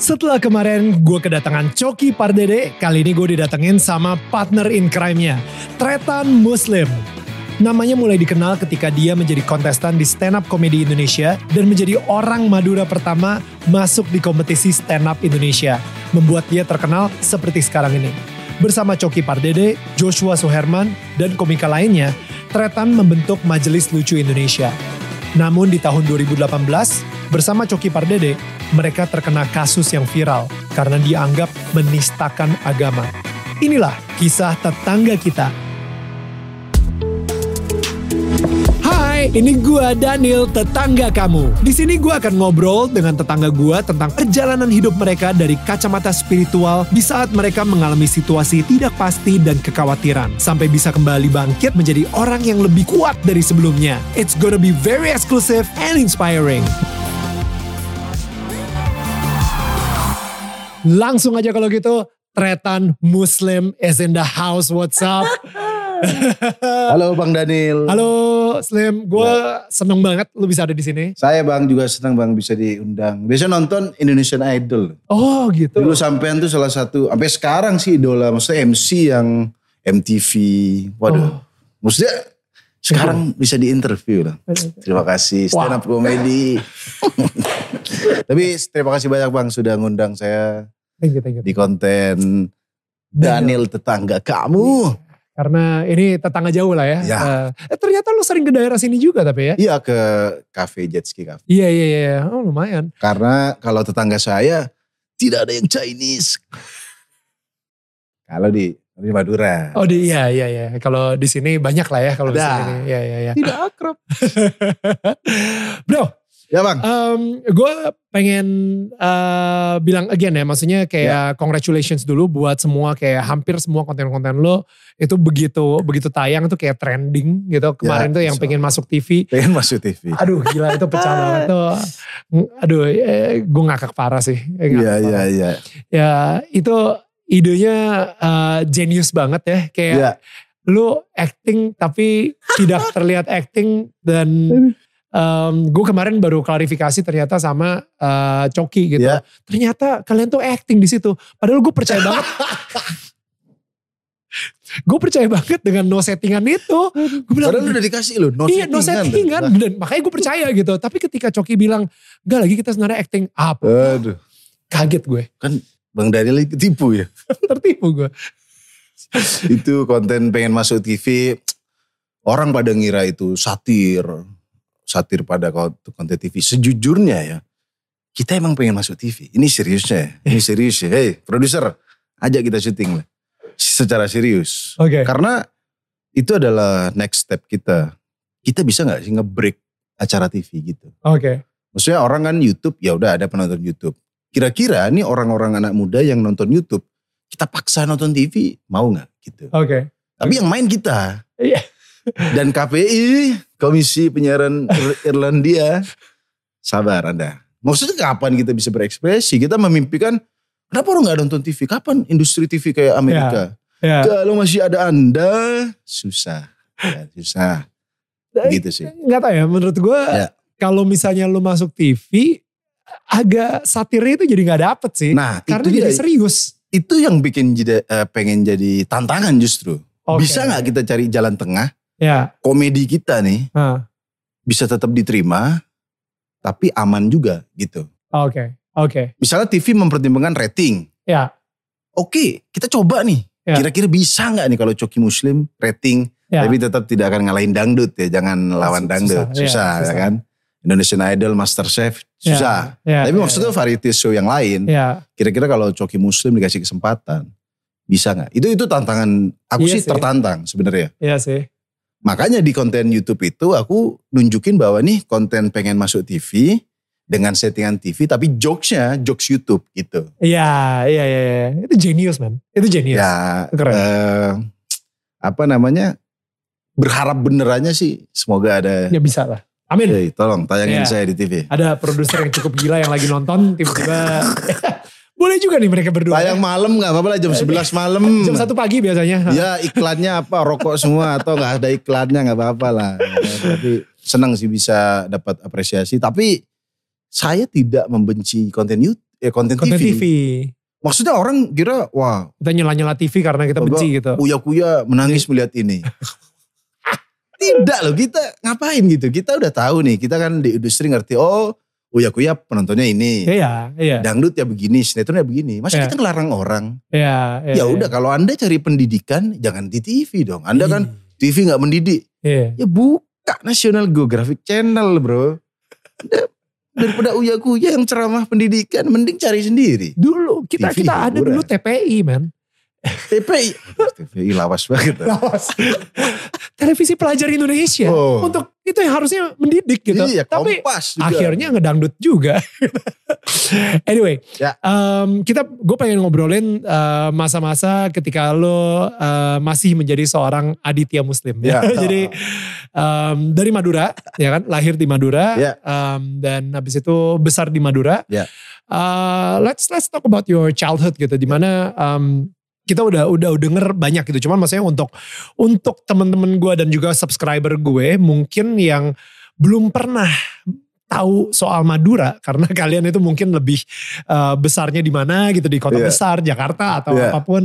Setelah kemarin gue kedatangan Coki Pardede, kali ini gue didatengin sama partner in crime-nya, Tretan Muslim. Namanya mulai dikenal ketika dia menjadi kontestan di stand up komedi Indonesia dan menjadi orang Madura pertama masuk di kompetisi stand up Indonesia, membuat dia terkenal seperti sekarang ini. Bersama Coki Pardede, Joshua Suherman, dan komika lainnya, Tretan membentuk Majelis Lucu Indonesia. Namun di tahun 2018, bersama Coki Pardede, mereka terkena kasus yang viral karena dianggap menistakan agama. Inilah kisah tetangga kita. Hai, ini gua Daniel, tetangga kamu. Di sini gua akan ngobrol dengan tetangga gua tentang perjalanan hidup mereka dari kacamata spiritual di saat mereka mengalami situasi tidak pasti dan kekhawatiran, sampai bisa kembali bangkit menjadi orang yang lebih kuat dari sebelumnya. It's gonna be very exclusive and inspiring. Langsung aja kalau gitu, Tretan Muslim is in the house. What's up? Halo Bang Daniel. Halo Slim, gue seneng banget lu bisa ada di sini. Saya Bang juga senang Bang bisa diundang. Biasa nonton Indonesian Idol. Oh gitu. Dulu sampean tuh salah satu, sampai sekarang sih idola. Maksudnya MC yang MTV. Waduh. Maksudnya sekarang bisa diinterview lah. Terima kasih stand up comedy. Tapi terima kasih banyak Bang sudah ngundang saya. Thank you. Di konten Daniel tetangga kamu. Karena ini tetangga jauh lah ya. Ternyata lu sering ke daerah sini juga tapi ya? Iya, ke cafe Jet Ski Cafe. Iya. Oh lumayan. Karena kalau tetangga saya tidak ada yang Chinese. Kalau di Madura. Oh iya. Kalau di sini banyak lah ya kalau di sini. Iya. Tidak akrab. Bro. Ya Bang. Gue pengen bilang again ya, maksudnya kayak congratulations dulu buat semua, kayak hampir semua konten-konten lo itu begitu tayang tuh kayak trending gitu. Kemarin tuh yang pengen masuk TV. Pengen masuk TV. Aduh gila itu pecah banget tuh. Aduh gue ngakak parah sih. Iya. Ya itu idenya genius banget ya. Kayak lu acting tapi tidak terlihat acting dan... gue kemarin baru klarifikasi ternyata sama Coki gitu. Ternyata kalian tuh acting di situ. Padahal gue percaya banget. Gue percaya banget dengan no settingan itu. Padahal lu udah dikasih loh no settingan. Iya no settingan. Dan makanya gue percaya gitu. Tapi ketika Coki bilang, enggak lagi kita sebenarnya acting. Apa? Aduh. Kaget gue. Kan Bang Daniel ketipu ya. Tertipu gue. Itu konten pengen masuk TV. Orang pada ngira itu satir pada konten TV. Sejujurnya ya, kita emang pengen masuk TV. Ini seriusnya. Hey, produser, ajak kita syuting lah. Secara serius. Oke. Karena itu adalah next step kita. Kita bisa gak sih nge-break acara TV gitu. Oke. Maksudnya orang kan YouTube, ya udah ada penonton YouTube. Kira-kira nih orang-orang anak muda yang nonton YouTube, kita paksa nonton TV, mau gak gitu. Oke. Tapi yang main kita. Iya. Dan KPI, Komisi Penyiaran Irlandia, sabar Anda. Maksudnya kapan kita bisa berekspresi? Kita memimpikan, kenapa orang gak nonton TV? Kapan industri TV kayak Amerika? Kalau masih ada Anda, susah. Susah. Gitu sih. Gak tahu ya, menurut gue kalau misalnya lu masuk TV, agak satirnya itu jadi gak dapet sih. Nah, karena itu jadi dia, serius. Itu yang bikin pengen jadi tantangan justru. Bisa gak kita cari jalan tengah? Komedi kita nih bisa tetap diterima tapi aman juga gitu. Oke. Misalnya TV mempertimbangkan rating. Oke, kita coba nih. Kira-kira bisa gak nih kalau Coki Muslim rating tapi tetap tidak akan ngalahin dangdut ya. Jangan lawan dangdut. Susah ya kan. Indonesian Idol, Masterchef susah. Tapi maksudnya variety show yang lain. Kira-kira kalau Coki Muslim dikasih kesempatan bisa gak? Itu tantangan. Aku sih tertantang sebenarnya. Iya sih. Makanya di konten YouTube itu aku nunjukin bahwa nih konten pengen masuk TV dengan settingan TV tapi jokesnya jokes YouTube gitu. Iya. Itu genius man. Itu genius. Ya keren. Berharap benerannya sih semoga ada. Ya bisa lah. Amin. Tolong tayangin saya di TV. Ada produser yang cukup gila yang lagi nonton tiba-tiba. Boleh juga nih mereka berdua. Tayang malam gak apa-apa lah jam 11 malam. Jam 1 pagi biasanya. Ya iklannya apa rokok semua atau gak ada iklannya gak apa-apa lah. Tapi senang sih bisa dapat apresiasi. Tapi saya tidak membenci konten konten TV. Maksudnya orang kira wah. Kita nyela-nyela TV karena kita benci gitu. Uya-kuya menangis melihat ini. Tidak loh, kita ngapain gitu. Kita udah tahu nih, kita kan di industri ngerti. Oh uya-kuya penontonnya ini. Iya. Dangdut ya begini, sinetron ya begini. Masa kita ngelarang orang? Ya udah kalau Anda cari pendidikan jangan di TV dong. Anda kan TV gak mendidik. Ya buka National Geographic Channel bro. Daripada uya-kuya yang ceramah pendidikan, mending cari sendiri. Dulu kita ada dulu TPI man. TPI lawas banget. Lawas. Televisi Pelajar Indonesia. Untuk itu yang harusnya mendidik gitu. Iya, tapi juga. Akhirnya ngedangdut juga. Anyway, gue pengen ngobrolin masa-masa ketika lo masih menjadi seorang Aditya Muslim. Ya. Jadi dari Madura, ya kan, lahir di Madura, dan habis itu besar di Madura. Let's talk about your childhood gitu, dimana kita udah denger banyak gitu. Cuman maksudnya untuk temen-temen gue dan juga subscriber gue mungkin yang belum pernah tahu soal Madura karena kalian itu mungkin lebih besarnya di mana gitu, di kota besar Jakarta atau apapun.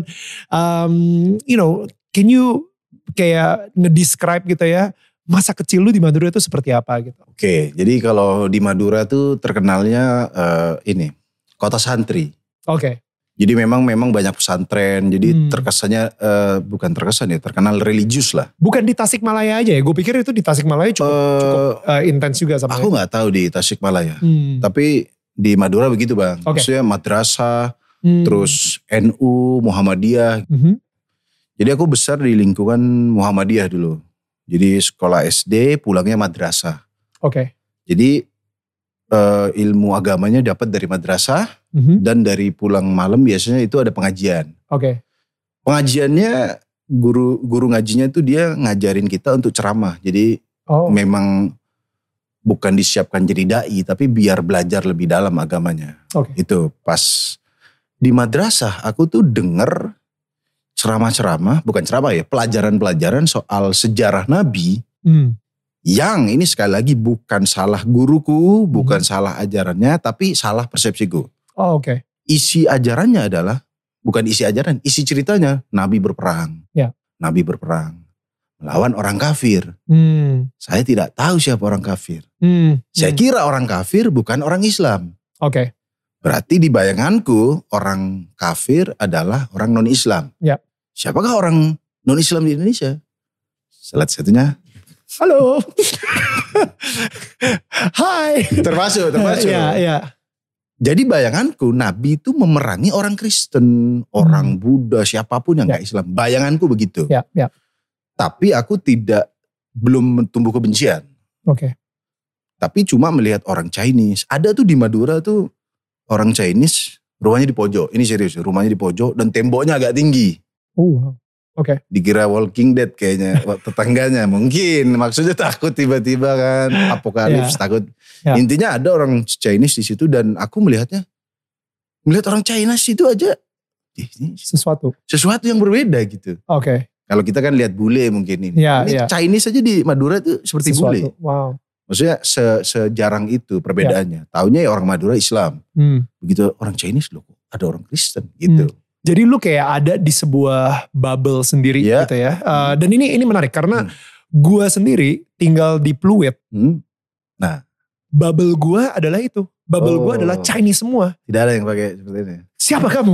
Can you kayak ngedescribe gitu ya masa kecil lu di Madura itu seperti apa gitu? Oke, jadi kalau di Madura tuh terkenalnya ini kota santri. Oke. Jadi memang banyak pesantren, jadi terkesannya, bukan terkesan ya, terkenal religius lah. Bukan di Tasikmalaya aja ya, gue pikir itu di Tasikmalaya cukup intens juga sama. Aku gak tahu di Tasikmalaya, tapi di Madura begitu bang. Maksudnya madrasah, terus NU, Muhammadiyah. Jadi aku besar di lingkungan Muhammadiyah dulu. Jadi sekolah SD, pulangnya madrasah. Jadi ilmu agamanya dapat dari madrasah dan dari pulang malam biasanya itu ada pengajian. Pengajiannya guru ngajinya itu dia ngajarin kita untuk ceramah. Jadi memang bukan disiapkan jadi dai tapi biar belajar lebih dalam agamanya. Itu pas di madrasah aku tuh denger ceramah-ceramah, bukan ceramah ya, pelajaran-pelajaran soal sejarah Nabi. Yang ini sekali lagi bukan salah guruku, bukan salah ajarannya, tapi salah persepsiku. Isi ajarannya adalah, bukan isi ajaran, isi ceritanya Nabi berperang. Nabi berperang melawan orang kafir. Saya tidak tahu siapa orang kafir. Saya kira orang kafir bukan orang Islam. Berarti di bayanganku orang kafir adalah orang non-Islam. Siapakah orang non-Islam di Indonesia? Salah satunya halo. Hai. Termasuk. Jadi bayanganku Nabi itu memerangi orang Kristen, orang Buddha, siapapun yang gak Islam. Bayanganku begitu. Tapi aku belum tumbuh kebencian. Tapi cuma melihat orang Chinese. Ada tuh di Madura tuh orang Chinese, rumahnya di pojok. Ini serius, rumahnya di pojok dan temboknya agak tinggi. Dikira Walking Dead kayaknya tetangganya mungkin, maksudnya takut tiba-tiba kan apokalips, takut. Intinya ada orang Chinese di situ dan aku melihat orang Chinese itu aja sesuatu yang berbeda gitu. Kalau kita kan lihat bule mungkin ini. Chinese aja di Madura itu seperti bule. Maksudnya sejarang itu perbedaannya. Taunya ya orang Madura Islam. Begitu orang Chinese loh ada orang Kristen gitu. Jadi lu kayak ada di sebuah bubble sendiri gitu ya. Dan ini menarik karena gua sendiri tinggal di Pluit. Nah, bubble gua adalah itu. Bubble gua adalah Chinese semua. Tidak ada yang pakai seperti ini. Siapa kamu?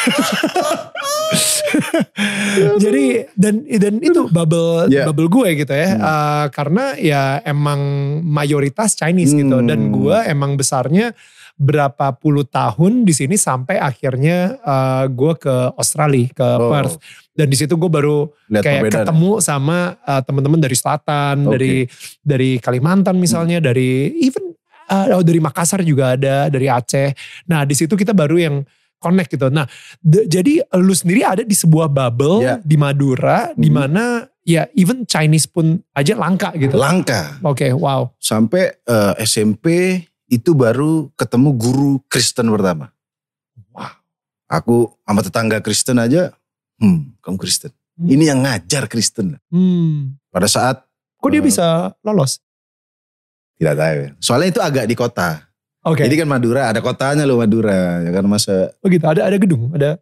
Jadi dan itu bubble gue gitu ya. Karena ya emang mayoritas Chinese gitu dan gua emang besarnya berapa puluh tahun di sini sampai akhirnya gue ke Australia, ke Perth. Dan di situ gue baru kayak ketemu sama teman-teman dari selatan, dari Kalimantan misalnya, dari even dari Makassar juga ada, dari Aceh. Nah di situ kita baru yang connect gitu. Nah jadi lu sendiri ada di sebuah bubble di Madura, di mana ya even Chinese pun aja langka gitu. Langka. Wow. Sampai SMP itu baru ketemu guru Kristen pertama. Wow. Aku sama tetangga Kristen aja, kamu Kristen. Ini yang ngajar Kristen. Pada saat. Kok dia bisa lolos? Tidak tahu. Soalnya itu agak di kota. Oke. Jadi kan Madura ada kotanya loh Madura, ya kan masa. Oh gitu, ada gedung, ada.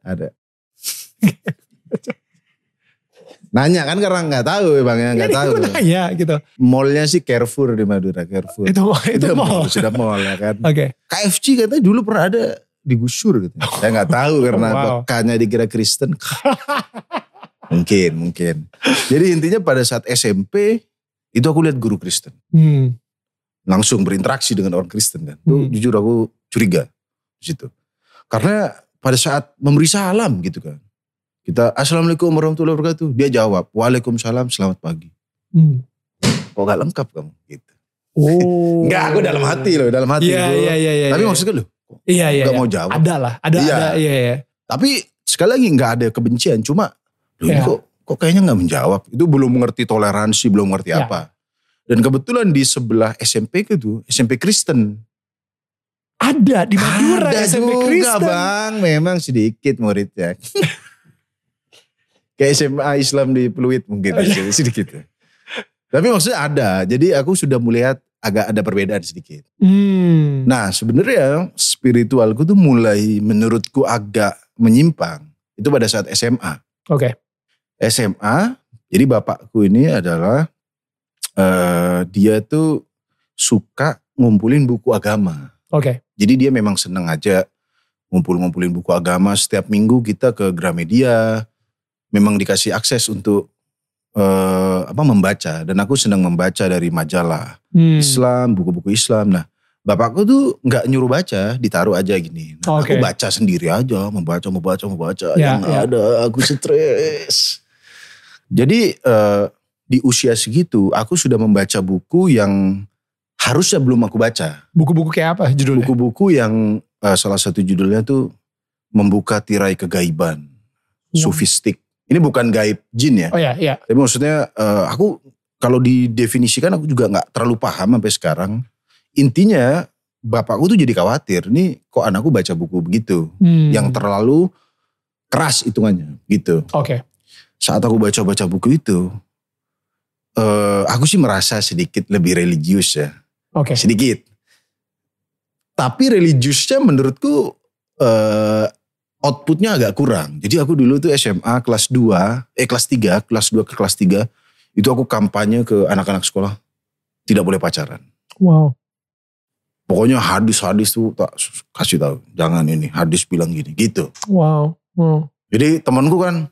Nanya kan karena nggak tahu ya Bang ya, nggak tahu. Nanya gitu. Mallnya sih Carrefour di Madura, Carrefour. Itu mall. Sudah mall ya kan. Oke. KFC katanya dulu pernah ada digusur gitu. Saya nggak tahu karena bekanya dikira Kristen. Mungkin. Jadi intinya pada saat SMP itu aku lihat guru Kristen. Langsung berinteraksi dengan orang Kristen kan. Itu jujur aku curiga di situ. Karena pada saat memberi salam gitu kan. Kita Assalamualaikum warahmatullahi wabarakatuh. Dia jawab Waalaikumsalam selamat pagi. Kok gak lengkap kamu gitu. Oh. Enggak, aku dalam hati loh. Iya. Tapi maksudnya loh. Iya. Gak mau jawab. Ada. Iya. Tapi sekali lagi gak ada kebencian. Cuma ini kok kayaknya gak menjawab. Itu belum mengerti toleransi, belum mengerti apa. Dan kebetulan di sebelah SMP itu, SMP Kristen. Ada di Madura SMP juga, Kristen. Bang, memang sedikit muridnya. Kayak SMA Islam di Pluit mungkin, sedikit. Tapi maksudnya ada, jadi aku sudah melihat agak ada perbedaan sedikit. Nah sebenarnya spiritualku tuh mulai menurutku agak menyimpang. Itu pada saat SMA. Oke. SMA, jadi bapakku ini adalah dia tuh suka ngumpulin buku agama. Oke. Jadi dia memang seneng aja ngumpulin buku agama. Setiap minggu kita ke Gramedia, memang dikasih akses untuk membaca. Dan aku senang membaca dari majalah Islam, buku-buku Islam. Nah, bapakku tuh nggak nyuruh baca, ditaruh aja gini. Nah, aku baca sendiri aja, membaca. Yang ada aku stres. Jadi di usia segitu aku sudah membaca buku yang harusnya belum aku baca. Buku-buku kayak apa judulnya? Buku-buku yang salah satu judulnya tuh Membuka Tirai Kegaiban. Sufistik. Ini bukan gaib jin ya. Oh iya. Tapi maksudnya aku kalau didefinisikan aku juga gak terlalu paham sampai sekarang. Intinya bapakku tuh jadi khawatir. Nih kok anakku baca buku begitu. Yang terlalu keras hitungannya gitu. Oke. Saat aku baca buku itu. Aku sih merasa sedikit lebih religius ya. Oke. Sedikit. Tapi religiusnya menurutku outputnya agak kurang. Jadi aku dulu tuh SMA kelas 2 ke kelas 3. Itu aku kampanye ke anak-anak sekolah. Tidak boleh pacaran. Wow. Pokoknya hadis-hadis tuh tak kasih tahu. Jangan ini, hadis bilang gini, gitu. Wow. Jadi temanku kan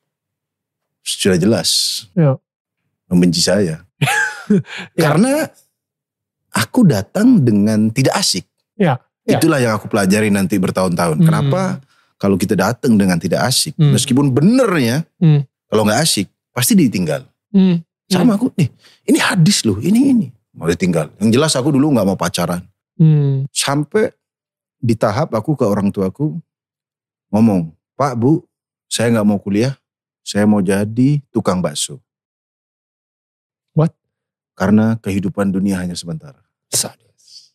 sudah jelas. Ya. Membenci saya. Karena aku datang dengan tidak asik. Ya. Itulah yang aku pelajari nanti bertahun-tahun. Kenapa kalau kita datang dengan tidak asik, meskipun benernya kalau gak asik pasti ditinggal. Sama aku nih, ini hadis loh, ini mau ditinggal. Yang jelas aku dulu gak mau pacaran. Sampai di tahap aku ke orang tuaku ngomong, Pak Bu, saya gak mau kuliah, saya mau jadi tukang bakso. What? Karena kehidupan dunia hanya sementara. Sadis.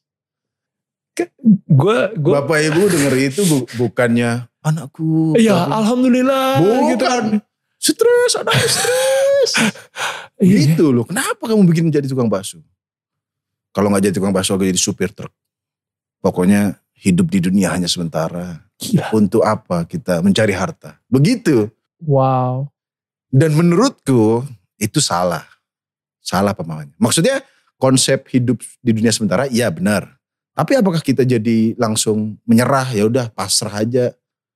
Bapak Ibu denger itu bukannya anakku. Iya, alhamdulillah. Bukan. Gitu kan. Stres, anak stres. Gitu loh. Kenapa kamu bikin jadi tukang bakso? Kalau gak jadi tukang bakso, aku jadi supir truk. Pokoknya hidup di dunia hanya sementara. Gila. Untuk apa kita mencari harta? Begitu. Wow. Dan menurutku itu salah. Salah pemahamannya. Maksudnya konsep hidup di dunia sementara, iya benar. Tapi apakah kita jadi langsung menyerah, ya udah pasrah aja?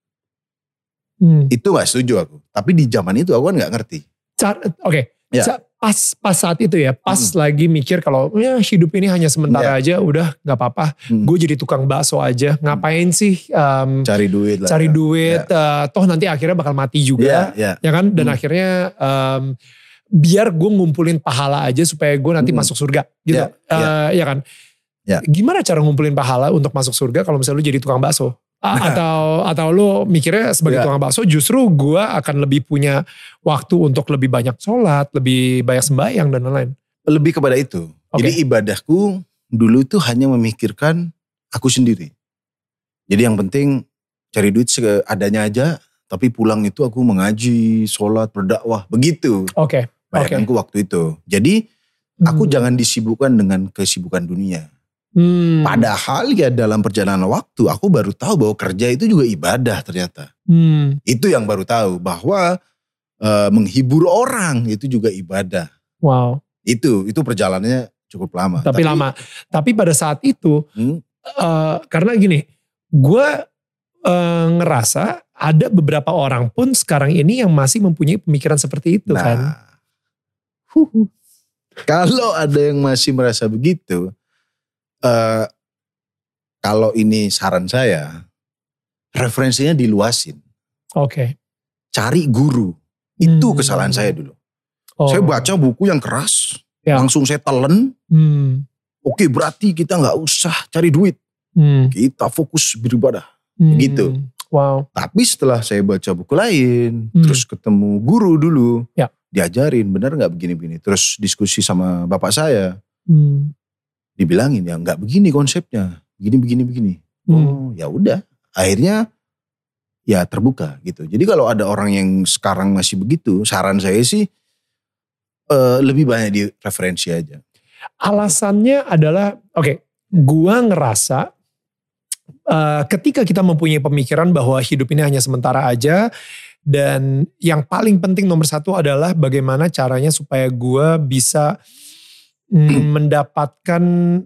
Itu gak setuju aku. Tapi di zaman itu aku kan gak ngerti. Oke. Ya. Pas saat itu ya, lagi mikir kalau ya hidup ini hanya sementara aja, udah gak apa-apa. Gue jadi tukang bakso aja. Ngapain sih cari duit lah. Cari duit. Toh nanti akhirnya bakal mati juga. Ya kan? Dan akhirnya biar gue ngumpulin pahala aja supaya gue nanti masuk surga gitu. Ya kan? Ya. Gimana cara ngumpulin pahala untuk masuk surga kalau misalnya lu jadi tukang bakso? Atau lu mikirnya sebagai tukang bakso justru gue akan lebih punya waktu untuk lebih banyak sholat, lebih banyak sembahyang dan lain-lain. Lebih kepada itu. Jadi ibadahku dulu tuh hanya memikirkan aku sendiri. Jadi yang penting cari duit seadanya aja, tapi pulang itu aku mengaji, sholat, berdakwah, begitu. Bayanganku waktu itu. Jadi aku jangan disibukkan dengan kesibukan dunia. Padahal ya dalam perjalanan waktu aku baru tahu bahwa kerja itu juga ibadah ternyata. Itu yang baru tahu bahwa menghibur orang itu juga ibadah. Wow. Itu perjalanannya cukup lama. Tapi lama. Tapi pada saat itu karena gini, gue ngerasa ada beberapa orang pun sekarang ini yang masih mempunyai pemikiran seperti itu kan. Kalau ada yang masih merasa begitu, kalau ini saran saya, referensinya diluasin. Oke. Cari guru. Itu kesalahan saya dulu. Saya baca buku yang keras, langsung saya telan. Oke, berarti kita gak usah cari duit. Kita fokus beribadah. Begitu. Wow. Tapi setelah saya baca buku lain, terus ketemu guru dulu, diajarin benar gak begini-begini. Terus diskusi sama bapak saya, dibilangin ya gak begini konsepnya, begini. Oh ya udah, akhirnya ya terbuka gitu. Jadi kalau ada orang yang sekarang masih begitu, saran saya sih lebih banyak di referensi aja. Alasannya adalah, gua ngerasa ketika kita mempunyai pemikiran bahwa hidup ini hanya sementara aja, dan yang paling penting nomor satu adalah bagaimana caranya supaya gua bisa mendapatkan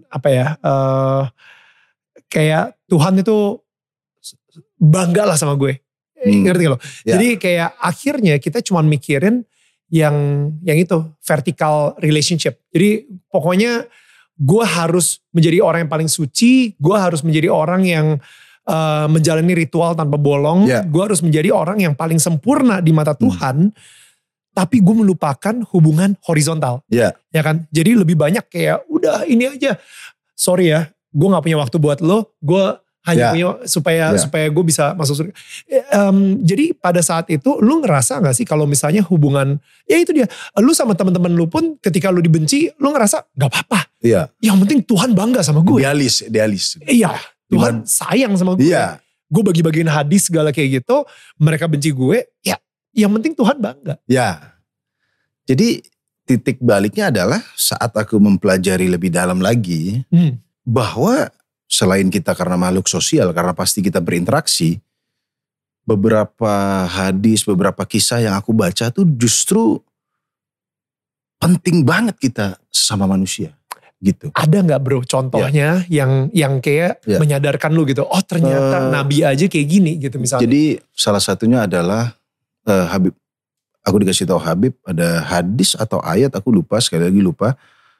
kayak Tuhan itu bangga lah sama gue. Ngerti gak lo? Jadi kayak akhirnya kita cuma mikirin yang itu, vertical relationship. Jadi pokoknya gue harus menjadi orang yang paling suci, gue harus menjadi orang yang menjalani ritual tanpa bolong, gue harus menjadi orang yang paling sempurna di mata Tuhan, tapi gue melupakan hubungan horizontal. Ya kan? Jadi lebih banyak kayak udah ini aja. Sorry ya, gue gak punya waktu buat lo, gue hanya punya supaya gue bisa masuk surga. Jadi pada saat itu lu ngerasa gak sih kalau misalnya hubungan, ya itu dia, lu sama teman-teman lu pun ketika lu dibenci, lu ngerasa gak apa-apa. Iya. Yang penting Tuhan bangga sama gue. Idealis. Iya, Tuhan sayang sama gue. Iya. Gue bagi-bagiin hadis segala kayak gitu, mereka benci gue, ya yang penting Tuhan bangga. Ya, jadi titik baliknya adalah saat aku mempelajari lebih dalam lagi, bahwa selain kita karena makhluk sosial, karena pasti kita berinteraksi, beberapa hadis, beberapa kisah yang aku baca tuh justru penting banget kita sesama manusia. Gitu. Ada gak bro contohnya yang kayak menyadarkan lu gitu, oh ternyata nabi aja kayak gini gitu misalnya. Jadi salah satunya adalah Habib, aku dikasih tahu Habib ada hadis atau ayat, aku lupa, sekali lagi lupa.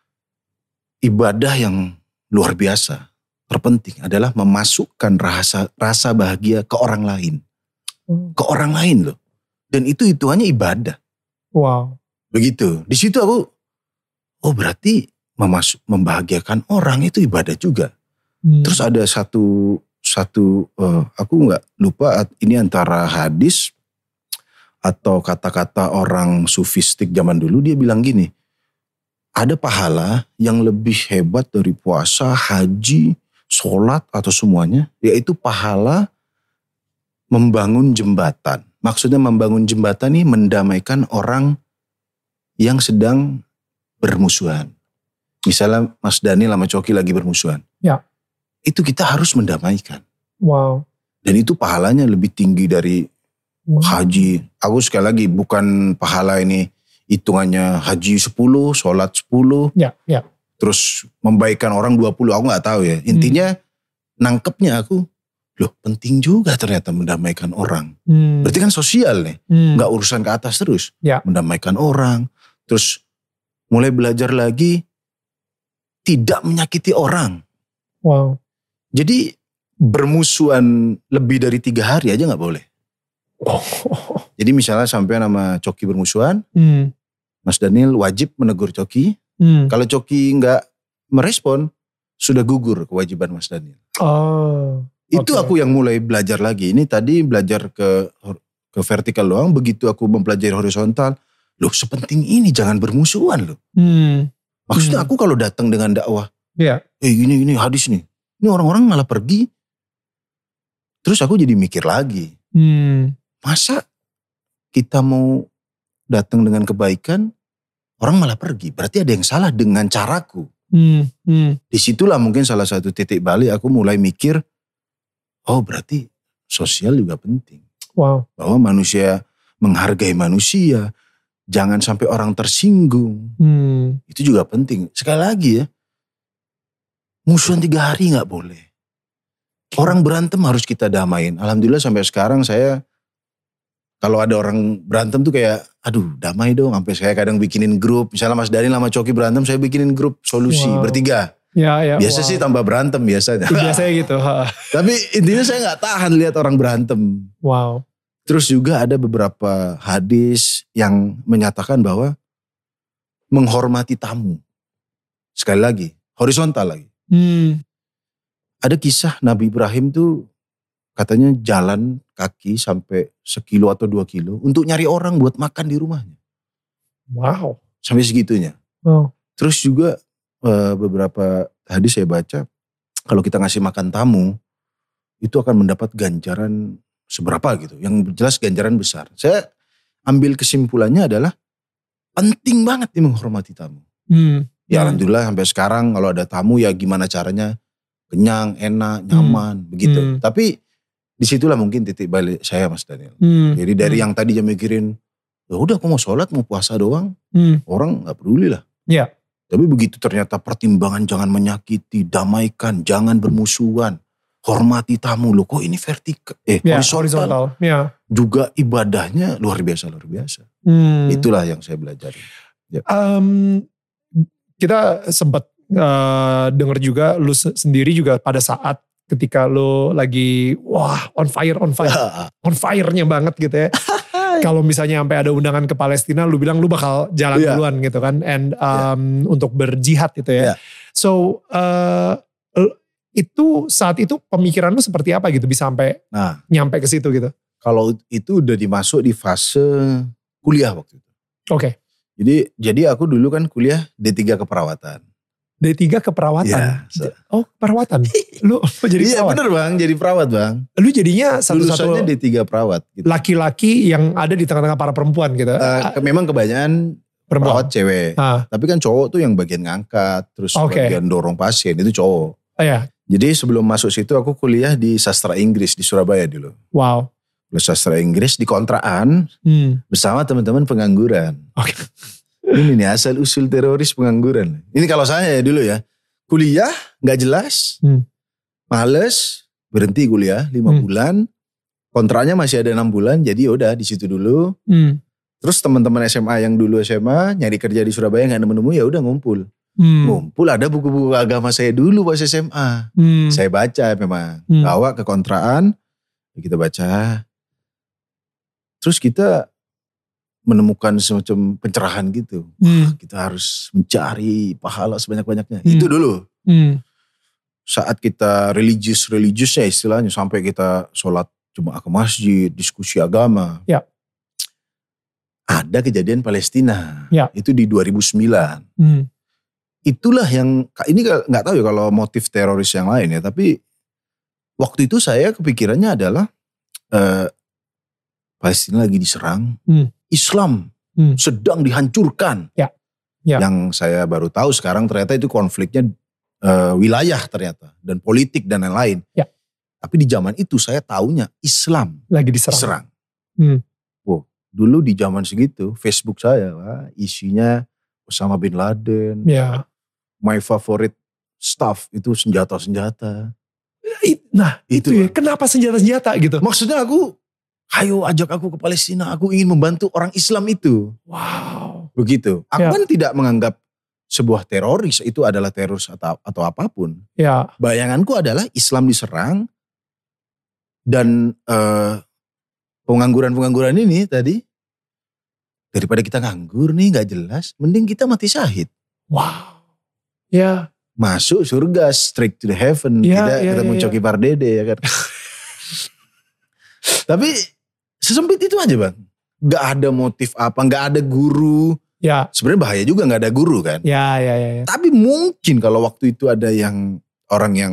Ibadah yang luar biasa, terpenting adalah memasukkan rasa bahagia ke orang lain. Ke orang lain loh. Dan itu hitungannya ibadah. Wow. Begitu. Di situ aku, oh berarti membahagiakan orang itu ibadah juga. Terus ada satu aku nggak lupa ini antara hadis atau kata-kata orang sufistik zaman dulu, dia bilang gini, ada pahala yang lebih hebat dari puasa, haji, sholat atau semuanya, yaitu pahala membangun jembatan. Maksudnya membangun jembatan ini mendamaikan orang yang sedang bermusuhan. Misalnya Mas Daniel sama Coki lagi bermusuhan. Ya. Itu kita harus mendamaikan. Wow. Dan itu pahalanya lebih tinggi dari haji. Aku sekali lagi bukan pahala ini hitungannya haji 10, sholat 10. Ya. Terus membaikkan orang 20, aku gak tahu ya. Intinya nangkepnya aku, loh penting juga ternyata mendamaikan orang. Berarti kan sosial nih. Gak urusan ke atas terus. Ya. Mendamaikan orang. Terus mulai belajar lagi tidak menyakiti orang. Wow. Jadi bermusuhan lebih dari 3 hari aja gak boleh. Jadi misalnya sampai nama Coki bermusuhan, Mas Daniel wajib menegur Coki. Kalau Coki gak merespon, sudah gugur kewajiban Mas Daniel. Itu aku yang mulai belajar lagi. Ini tadi belajar ke vertikal doang, begitu aku mempelajari horizontal, loh sepenting ini jangan bermusuhan loh. Maksudnya aku kalau datang dengan dakwah, gini hadis nih, ini orang-orang malah pergi. Terus aku jadi mikir lagi, masa kita mau datang dengan kebaikan, orang malah pergi, berarti ada yang salah dengan caraku. Disitulah mungkin salah satu titik balik aku mulai mikir, oh berarti sosial juga penting. Wow. Bahwa manusia menghargai manusia, jangan sampai orang tersinggung. Itu juga penting. Sekali lagi ya, musuhan 3 hari gak boleh. Orang berantem harus kita damain. Alhamdulillah sampai sekarang saya, kalau ada orang berantem tuh kayak, aduh damai dong. Sampai saya kadang bikinin grup. Misalnya Mas Daniel sama Coki berantem, saya bikinin grup solusi bertiga. Ya, biasa sih tambah berantem biasanya. Biasanya gitu. Tapi intinya saya gak tahan lihat orang berantem. Wow. Terus juga ada beberapa hadis yang menyatakan bahwa menghormati tamu. Sekali lagi, horizontal lagi. Ada kisah Nabi Ibrahim tuh katanya jalan kaki sampai 1 kilo atau 2 kilo untuk nyari orang buat makan di rumahnya. Wow. Sampai segitunya. Oh. Terus juga beberapa hadis saya baca, kalau kita ngasih makan tamu, itu akan mendapat ganjaran seberapa gitu. Yang jelas ganjaran besar. Saya ambil kesimpulannya adalah penting banget nih menghormati tamu. Ya alhamdulillah sampai sekarang kalau ada tamu ya gimana caranya kenyang, enak, nyaman, begitu. Tapi disitulah mungkin titik balik saya Mas Daniel. Jadi dari yang tadinya mikirin, ya udah aku mau sholat, mau puasa doang, orang gak peduli lah. Iya. Tapi begitu ternyata pertimbangan jangan menyakiti, damaikan, jangan bermusuhan, hormati tamu. Loh kok ini vertikal, horizontal. Ya. Juga ibadahnya luar biasa. Itulah yang saya belajar. Ya. Kita sempat denger juga lu sendiri juga pada saat ketika lu lagi on fire-nya banget gitu ya. Kalau misalnya sampai ada undangan ke Palestina, lu bilang lu bakal jalan duluan gitu kan, untuk berjihad gitu ya. So itu saat itu pemikiran lu seperti apa gitu bisa sampai nyampe ke situ gitu? Kalau itu udah dimasuk di fase kuliah waktu itu. Oke. Jadi aku dulu kan kuliah D3 keperawatan. D3 keperawatan? Oh perawatan? Lu jadi perawat? Iya bener bang, jadi perawat bang. Lu jadinya satu-satu D3 perawat. Gitu. Laki-laki yang ada di tengah-tengah para perempuan gitu? Memang kebanyakan perawat cewek. Tapi kan cowok tuh yang bagian ngangkat, terus bagian dorong pasien, itu cowok. Iya. Jadi sebelum masuk situ aku kuliah di sastra Inggris di Surabaya dulu. Wow. Sastra Inggris di kontrakan bersama teman-teman pengangguran. Oke. Ini nih asal usul teroris pengangguran. Ini kalau saya ya dulu ya. Kuliah gak jelas. Males. Berhenti kuliah 5 bulan. Kontraknya masih ada 6 bulan. Jadi udah di situ dulu. Terus teman-teman SMA yang dulu SMA nyari kerja di Surabaya gak nemu-nemu ya udah ngumpul. Ngumpul ada buku-buku agama saya dulu pas SMA. Saya baca memang. Bawa ke kontrakan. Kita baca. Terus kita menemukan semacam pencerahan gitu. Kita harus mencari pahala sebanyak-banyaknya. Itu dulu. Saat kita religiusnya istilahnya. Sampai kita sholat Jumat ke masjid, diskusi agama. Ya. Ada kejadian Palestina. Ya. Itu di 2009. Itulah yang, ini gak tahu ya kalau motif teroris yang lain ya. Tapi waktu itu saya kepikirannya adalah Palestina lagi diserang. Islam sedang dihancurkan. Ya. Yang saya baru tahu sekarang ternyata itu konfliknya wilayah ternyata. Dan politik dan lain-lain. Ya. Tapi di zaman itu saya taunya Islam lagi diserang. Dulu di zaman segitu Facebook saya isinya Osama bin Laden. Ya. My favorite stuff itu senjata-senjata. Nah itu ya, kenapa senjata-senjata gitu? Maksudnya ayo ajak aku ke Palestina, aku ingin membantu orang Islam itu. Wow. Begitu. Aku kan tidak menganggap sebuah teroris itu adalah teroris atau apapun. Ya. Bayanganku adalah Islam diserang dan pengangguran ini tadi, daripada kita nganggur nih gak jelas, mending kita mati syahid. Wow. Ya. Masuk surga, straight to the heaven. Kita ketemu Coki Pardede ya kan. Tapi sesempit itu aja bang. Gak ada motif apa, gak ada guru. Ya. Sebenarnya bahaya juga gak ada guru kan. Ya. Tapi mungkin kalau waktu itu ada orang yang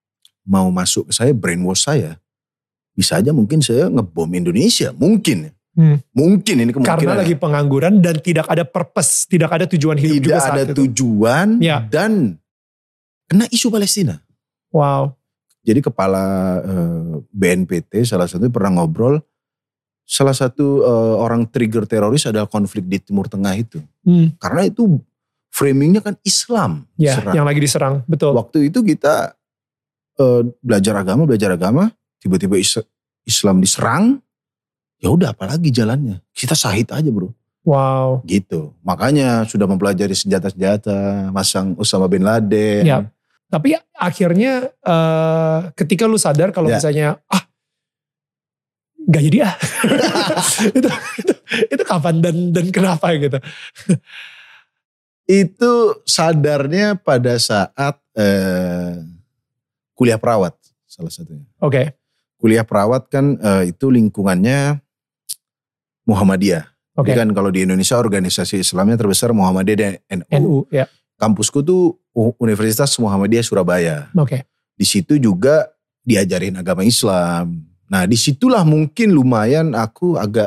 mau masuk ke saya, brainwash saya. Bisa aja mungkin saya ngebom Indonesia, mungkin. Mungkin ini kemungkinan. Karena lagi pengangguran dan tidak ada purpose, tidak ada tujuan hidup juga saat itu. Tidak ada tujuan dan kena isu Palestina. Wow. Jadi kepala BNPT salah satu pernah ngobrol, salah satu orang trigger teroris adalah konflik di Timur Tengah itu. Karena itu framingnya kan Islam. Ya, yang lagi diserang, betul. Waktu itu kita belajar agama, tiba-tiba Islam diserang, ya udah apalagi jalannya, kita syahid aja bro. Wow. Gitu, makanya sudah mempelajari senjata-senjata, masang Osama bin Laden. Ya. Tapi akhirnya ketika lu sadar kalau misalnya, gak jadi itu kapan dan kenapa gitu? Itu sadarnya pada saat kuliah perawat salah satunya. Oke. Kuliah perawat kan itu lingkungannya Muhammadiyah. Jadi kan kalau di Indonesia organisasi Islamnya terbesar Muhammadiyah dan NU. Ya. Kampusku tuh Universitas Muhammadiyah Surabaya. Oke. Di situ juga diajarin agama Islam. Nah disitulah mungkin lumayan aku agak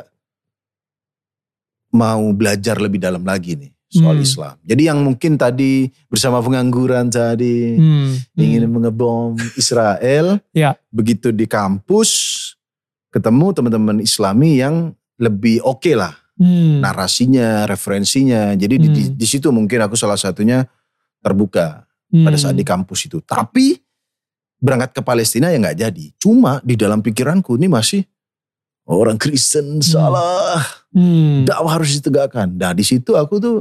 mau belajar lebih dalam lagi nih soal Islam. Jadi yang mungkin tadi bersama pengangguran tadi ingin mengebom Israel. Begitu di kampus ketemu teman-teman Islami yang lebih oke lah. Narasinya, referensinya. Jadi di situ mungkin aku salah satunya terbuka pada saat di kampus itu. Tapi berangkat ke Palestina ya gak jadi. Cuma di dalam pikiranku ini masih orang Kristen salah. Dakwah harus ditegakkan. Nah di situ aku tuh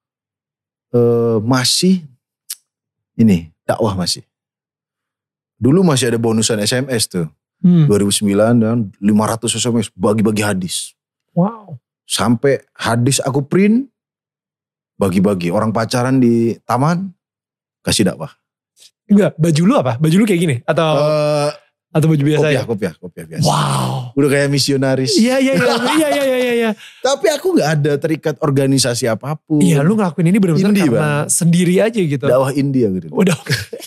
masih ini dakwah masih. Dulu masih ada bonusan SMS tuh. 2009 dan 500 SMS bagi-bagi hadis. Wow. Sampai hadis aku print, bagi-bagi. Orang pacaran di taman, kasih dakwah. Enggak, baju lu apa? Baju lu kayak gini? Atau baju biasa ya? Kopiah biasa. Wow. Udah kayak misionaris. Iya. Tapi aku gak ada terikat organisasi apapun. Iya, lu ngelakuin ini benar-benar karena sendiri aja gitu. Dakwah India gitu. Udah.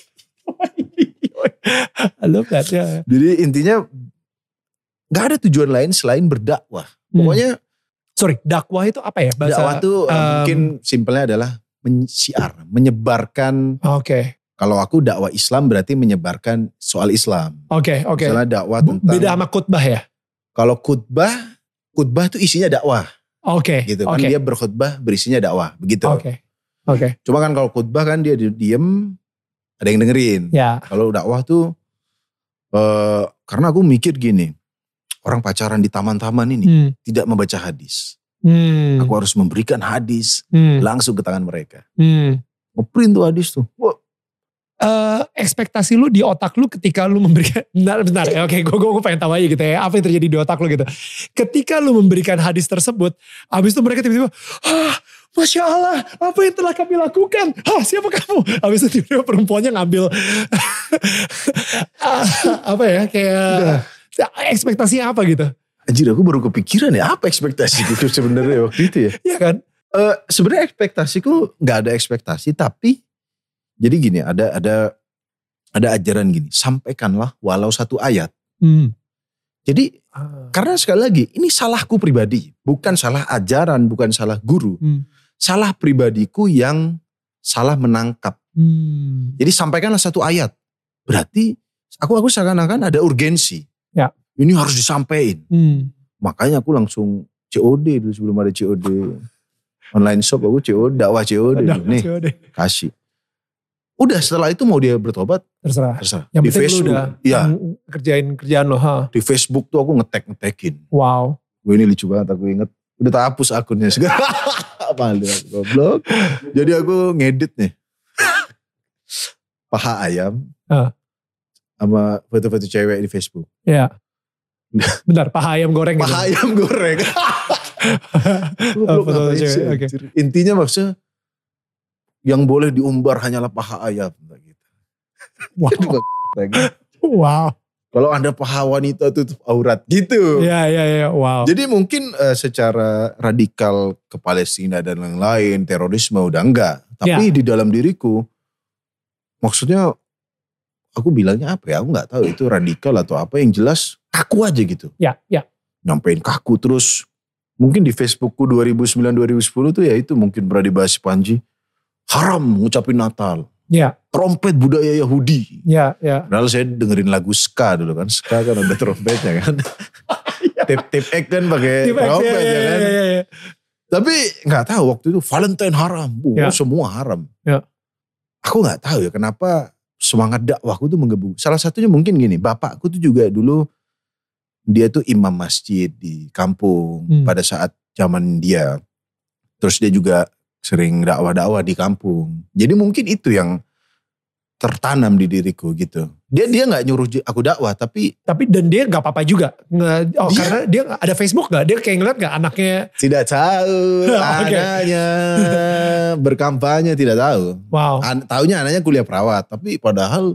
I love that ya. Jadi intinya gak ada tujuan lain selain berdakwah. Pokoknya dakwah itu apa ya? Dakwah itu mungkin simpelnya adalah menyebarkan. Oke. Kalau aku dakwah Islam berarti menyebarkan soal Islam. Oke. Misalnya dakwah tentang. Beda sama khutbah ya? Kalau khutbah itu isinya dakwah. Oke. Gitu kan dia berkhutbah berisinya dakwah. Begitu. Oke. Cuma kan kalau khutbah kan dia diem, ada yang dengerin. Ya. Kalau dakwah tuh karena aku mikir gini. Orang pacaran di taman-taman ini tidak membaca hadis. Aku harus memberikan hadis langsung ke tangan mereka. Ngeprint tuh hadis tuh. Wah. Ekspektasi lu di otak lu ketika lu memberikan, bentar oke, gue pengen tahu aja gitu ya, apa yang terjadi di otak lu gitu. Ketika lu memberikan hadis tersebut, abis itu mereka tiba-tiba, Masya Allah, apa yang telah kami lakukan? Siapa kamu? Abis itu tiba-tiba perempuannya ngambil, apa ya, kayak ekspektasinya apa gitu? Anjir, aku baru kepikiran ya, apa ekspektasiku sebenarnya waktu itu ya? Iya kan? Sebenarnya ekspektasiku nggak ada ekspektasi, tapi jadi gini, ada ajaran gini, sampaikanlah walau satu ayat. Jadi karena sekali lagi ini salahku pribadi, bukan salah ajaran, bukan salah guru, salah pribadiku yang salah menangkap. Jadi sampaikanlah satu ayat, berarti aku seakan-akan ada urgensi. Ya. Ini harus disampaikan. Makanya aku langsung COD dulu sebelum ada COD online shop, aku COD, dakwah COD nih kasih. Udah setelah itu mau dia bertobat terserah. Yang di Facebook lu udah kerjain kerjaan lo. Di Facebook tuh aku ngetekin. Wow. Gue ini lucu banget, aku inget. Udah tak hapus akunnya segala. Malu goblok. Jadi aku ngedit nih. Paha ayam. Sama foto-foto cewek di Facebook. Iya. Bentar, paha ayam goreng. Paha ayam goreng. Foto cewek. Okay. Intinya maksudnya yang boleh diumbar hanyalah paha ayam. Gitu. Wow. Wow. Kalau Anda paha wanita tutup aurat gitu. Iya. Wow. Jadi mungkin secara radikal ke Palestina dan lain-lain, terorisme udah enggak. Tapi di dalam diriku, maksudnya aku bilangnya apa ya? Aku gak tahu itu radikal atau apa, yang jelas kaku aja gitu. Ya. Nyampein kaku terus Mungkin di Facebookku 2009-2010 tuh ya itu mungkin pernah dibahas si Panji. Haram ngucapin Natal. Ya. Trompet budaya Yahudi. Ya. Padahal saya dengerin lagu ska dulu kan. Ska kan ada trompetnya kan. Tape X kan pakai trompet ya kan. Ya. Tapi gak tahu waktu itu Valentine haram. Semua haram. Ya. Aku gak tahu ya kenapa semangat dakwahku tuh menggebu. Salah satunya mungkin gini. Bapakku tuh juga dulu dia tuh imam masjid di kampung pada saat zaman dia. Terus dia juga sering dakwah-dakwah di kampung. Jadi mungkin itu yang tertanam di diriku gitu. Dia gak nyuruh aku dakwah tapi dan dia gak apa-apa juga. Karena dia ada Facebook gak? Dia kayak ngeliat gak anaknya? Tidak tahu. Anaknya berkampanye tidak tahu. Wow. Taunya anaknya kuliah perawat. Tapi padahal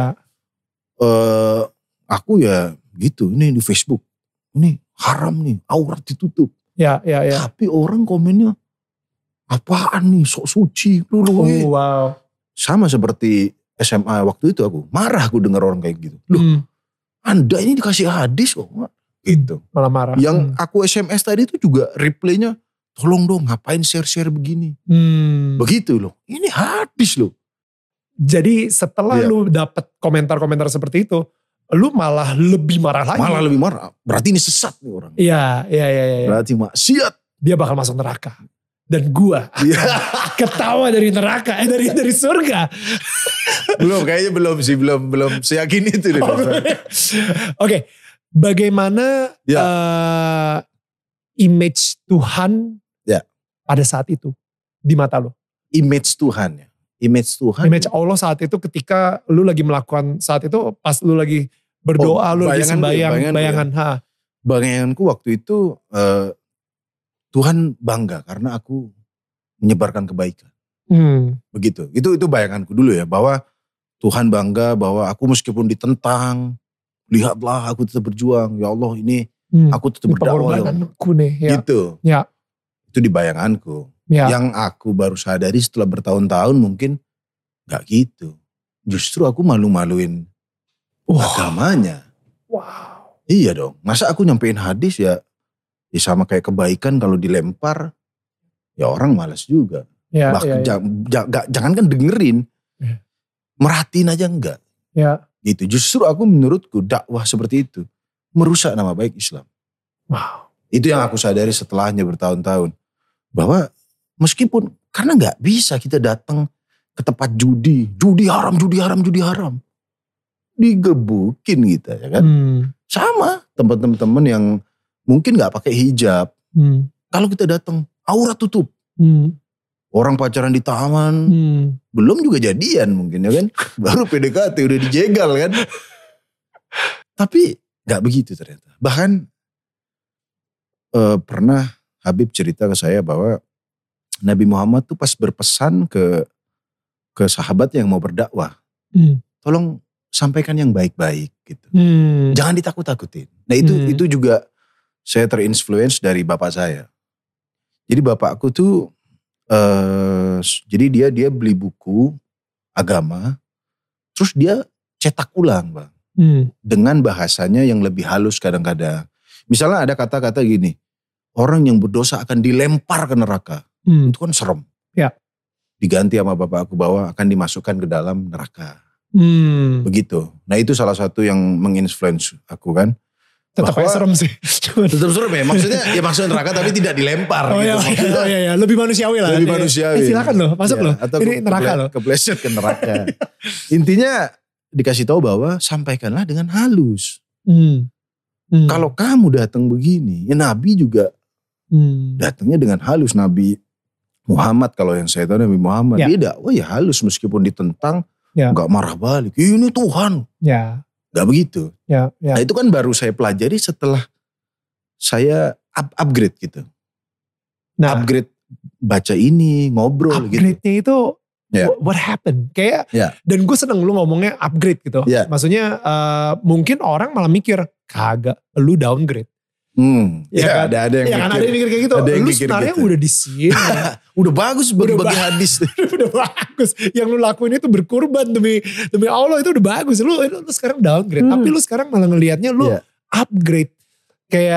aku ya gitu, ini di Facebook, ini haram nih, aurat ditutup. Ya. Tapi orang komennya, apaan nih, sok suci. Wow. Sama seperti SMA waktu itu aku, marah aku dengar orang kayak gitu. Loh, Anda ini dikasih hadis kok. Gitu. Malah marah. Yang aku SMS tadi itu juga reply-nya, tolong dong ngapain share-share begini. Begitu loh, ini hadis loh. Jadi setelah lu dapet komentar-komentar seperti itu, lu malah lebih marah lagi. Malah lebih marah. Berarti ini sesat nih orang. Iya. Berarti maksiat. Dia bakal masuk neraka. Dan gua ketawa dari neraka. Dari surga. Kayaknya belum sih. Belum seyakin itu. Oke. Bagaimana image Tuhan pada saat itu di mata lu? Image Tuhan ya. Image Allah saat itu ketika lu lagi melakukan saat itu pas lu lagi berdoa, lu lagi sembahyang, bayanganku waktu itu Tuhan bangga karena aku menyebarkan kebaikan. Begitu. Itu bayanganku dulu ya, bahwa Tuhan bangga bahwa aku meskipun ditentang, lihatlah aku tetap berjuang. Ya Allah ini aku tetap berdakwah. Gitu. Ya. Itu di bayanganku. Ya. Yang aku baru sadari setelah bertahun-tahun mungkin gak gitu. Justru aku malu-maluin agamanya. Wow. Iya dong. Masa aku nyampein hadis ya sama kayak kebaikan kalau dilempar ya orang malas juga. Jangan kan dengerin. Merhatiin aja enggak. Ya. Gitu. Justru aku menurutku dakwah seperti itu merusak nama baik Islam. Wow. Itu yang aku sadari setelahnya bertahun-tahun. Bahwa meskipun karena gak bisa kita datang ke tempat judi haram. Digebukin kita ya kan. Sama teman-teman yang mungkin gak pakai hijab. Kalau kita datang aurat tutup. Orang pacaran di taman. Belum juga jadian mungkin ya kan. Baru PDKT udah dijegal kan. Tapi gak begitu ternyata. Bahkan pernah Habib cerita ke saya bahwa Nabi Muhammad tuh pas berpesan ke sahabat yang mau berdakwah. Tolong sampaikan yang baik-baik gitu. Jangan ditakut-takutin. Nah itu juga saya terinfluence dari bapak saya. Jadi bapakku tuh jadi dia beli buku agama. Terus dia cetak ulang Bang. Dengan bahasanya yang lebih halus kadang-kadang. Misalnya ada kata-kata gini. Orang yang berdosa akan dilempar ke neraka. Itu kan serem. Ya. Diganti sama bapak aku bahwa akan dimasukkan ke dalam neraka. Begitu. Nah itu salah satu yang menginfluence aku kan. Tetap aja serem sih. Tetap serem ya. Maksudnya ya masuk neraka tapi tidak dilempar. Gitu. Iya. Lebih manusiawi lah. Lebih manusiawi. Silakan loh, masuk loh. Atau ini neraka loh. Kepleset ke neraka. Intinya dikasih tahu bahwa sampaikanlah dengan halus. Kalau kamu datang begini, ya Nabi juga datangnya dengan halus. Nabi Muhammad, kalau yang saya tahu Nabi Muhammad, dia dakwah ya halus meskipun ditentang, gak marah balik. Ini Tuhan. Gak begitu. Nah itu kan baru saya pelajari setelah saya upgrade gitu. Upgrade baca ini, ngobrol gitu. Upgrade-nya itu what happened? Kayak dan gue seneng lu ngomongnya upgrade gitu. Maksudnya mungkin orang malah mikir kagak, lu downgrade. Ya kan? Ada yang mikir kayak gitu. Lu sebenarnya udah di sini. Udah bagus bagi hadis. Udah bagus. Yang lu lakuin itu berkorban demi Allah itu udah bagus. Lu sekarang downgrade. Tapi lu sekarang malah ngelihatnya lu upgrade. Kayak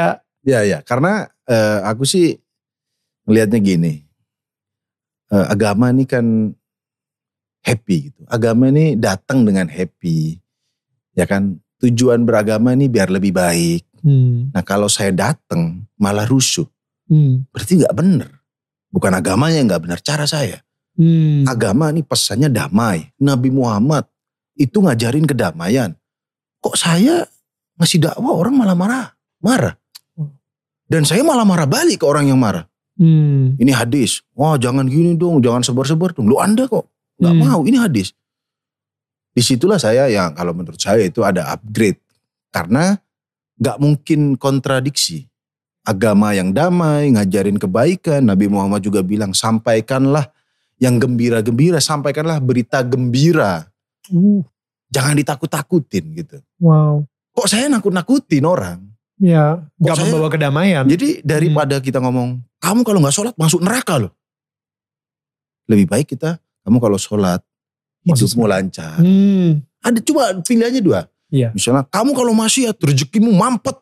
Ya, karena aku sih melihatnya gini, agama ini kan happy gitu. Agama ini datang dengan happy, ya kan. Tujuan beragama ini biar lebih baik. Nah kalau saya datang malah rusuh, berarti nggak benar. Bukan agamanya yang nggak benar, cara saya. Agama ini pesannya damai. Nabi Muhammad itu ngajarin kedamaian. Kok saya ngasih dakwah orang malah marah. Dan saya malah marah balik ke orang yang marah. Ini hadis. Wah jangan gini dong, jangan sebar-sebar dong. Lu Anda kok gak mau, ini hadis. Disitulah saya yang kalau menurut saya itu ada upgrade. Karena gak mungkin kontradiksi. Agama yang damai, ngajarin kebaikan. Nabi Muhammad juga bilang sampaikanlah yang gembira-gembira. Sampaikanlah berita gembira. Jangan ditakut-takutin gitu. Wow. Kok saya nakut-nakutin orang? Ya, gak membawa kedamaian. Jadi daripada kita ngomong, kamu kalau gak sholat masuk neraka loh. Lebih baik kamu kalau sholat, hidupmu lancar. Ada cuma pilihannya 2. Iya. Misalnya, kamu kalau maksiat, rezekimu mampet.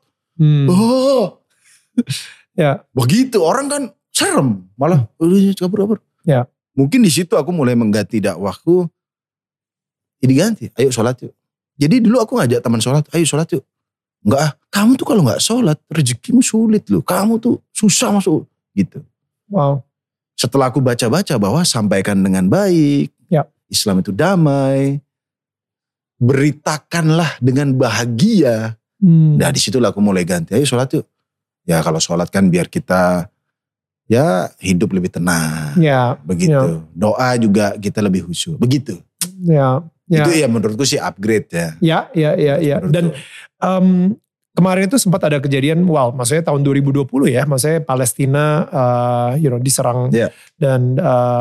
Ya. Begitu, orang kan serem. Malah, kabur. Ya. Mungkin di situ aku mulai mengganti dakwahku. Diganti, ayo sholat yuk. Jadi dulu aku ngajak teman sholat, ayo sholat yuk. Enggak, kamu tuh kalau gak sholat rezekimu sulit loh. Kamu tuh susah masuk gitu. Wow. Setelah aku baca-baca bahwa sampaikan dengan baik. Ya. Islam itu damai. Beritakanlah dengan bahagia. Nah disitulah aku mulai ganti. Ayo sholat yuk. Ya kalau sholat kan biar kita ya hidup lebih tenang. Ya. Begitu. Ya. Doa juga kita lebih khusyuk. Begitu. Ya. Itu ya menurutku sih upgrade ya. Ya. Dan kemarin itu sempat ada kejadian, maksudnya tahun 2020 ya, maksudnya Palestina, diserang dan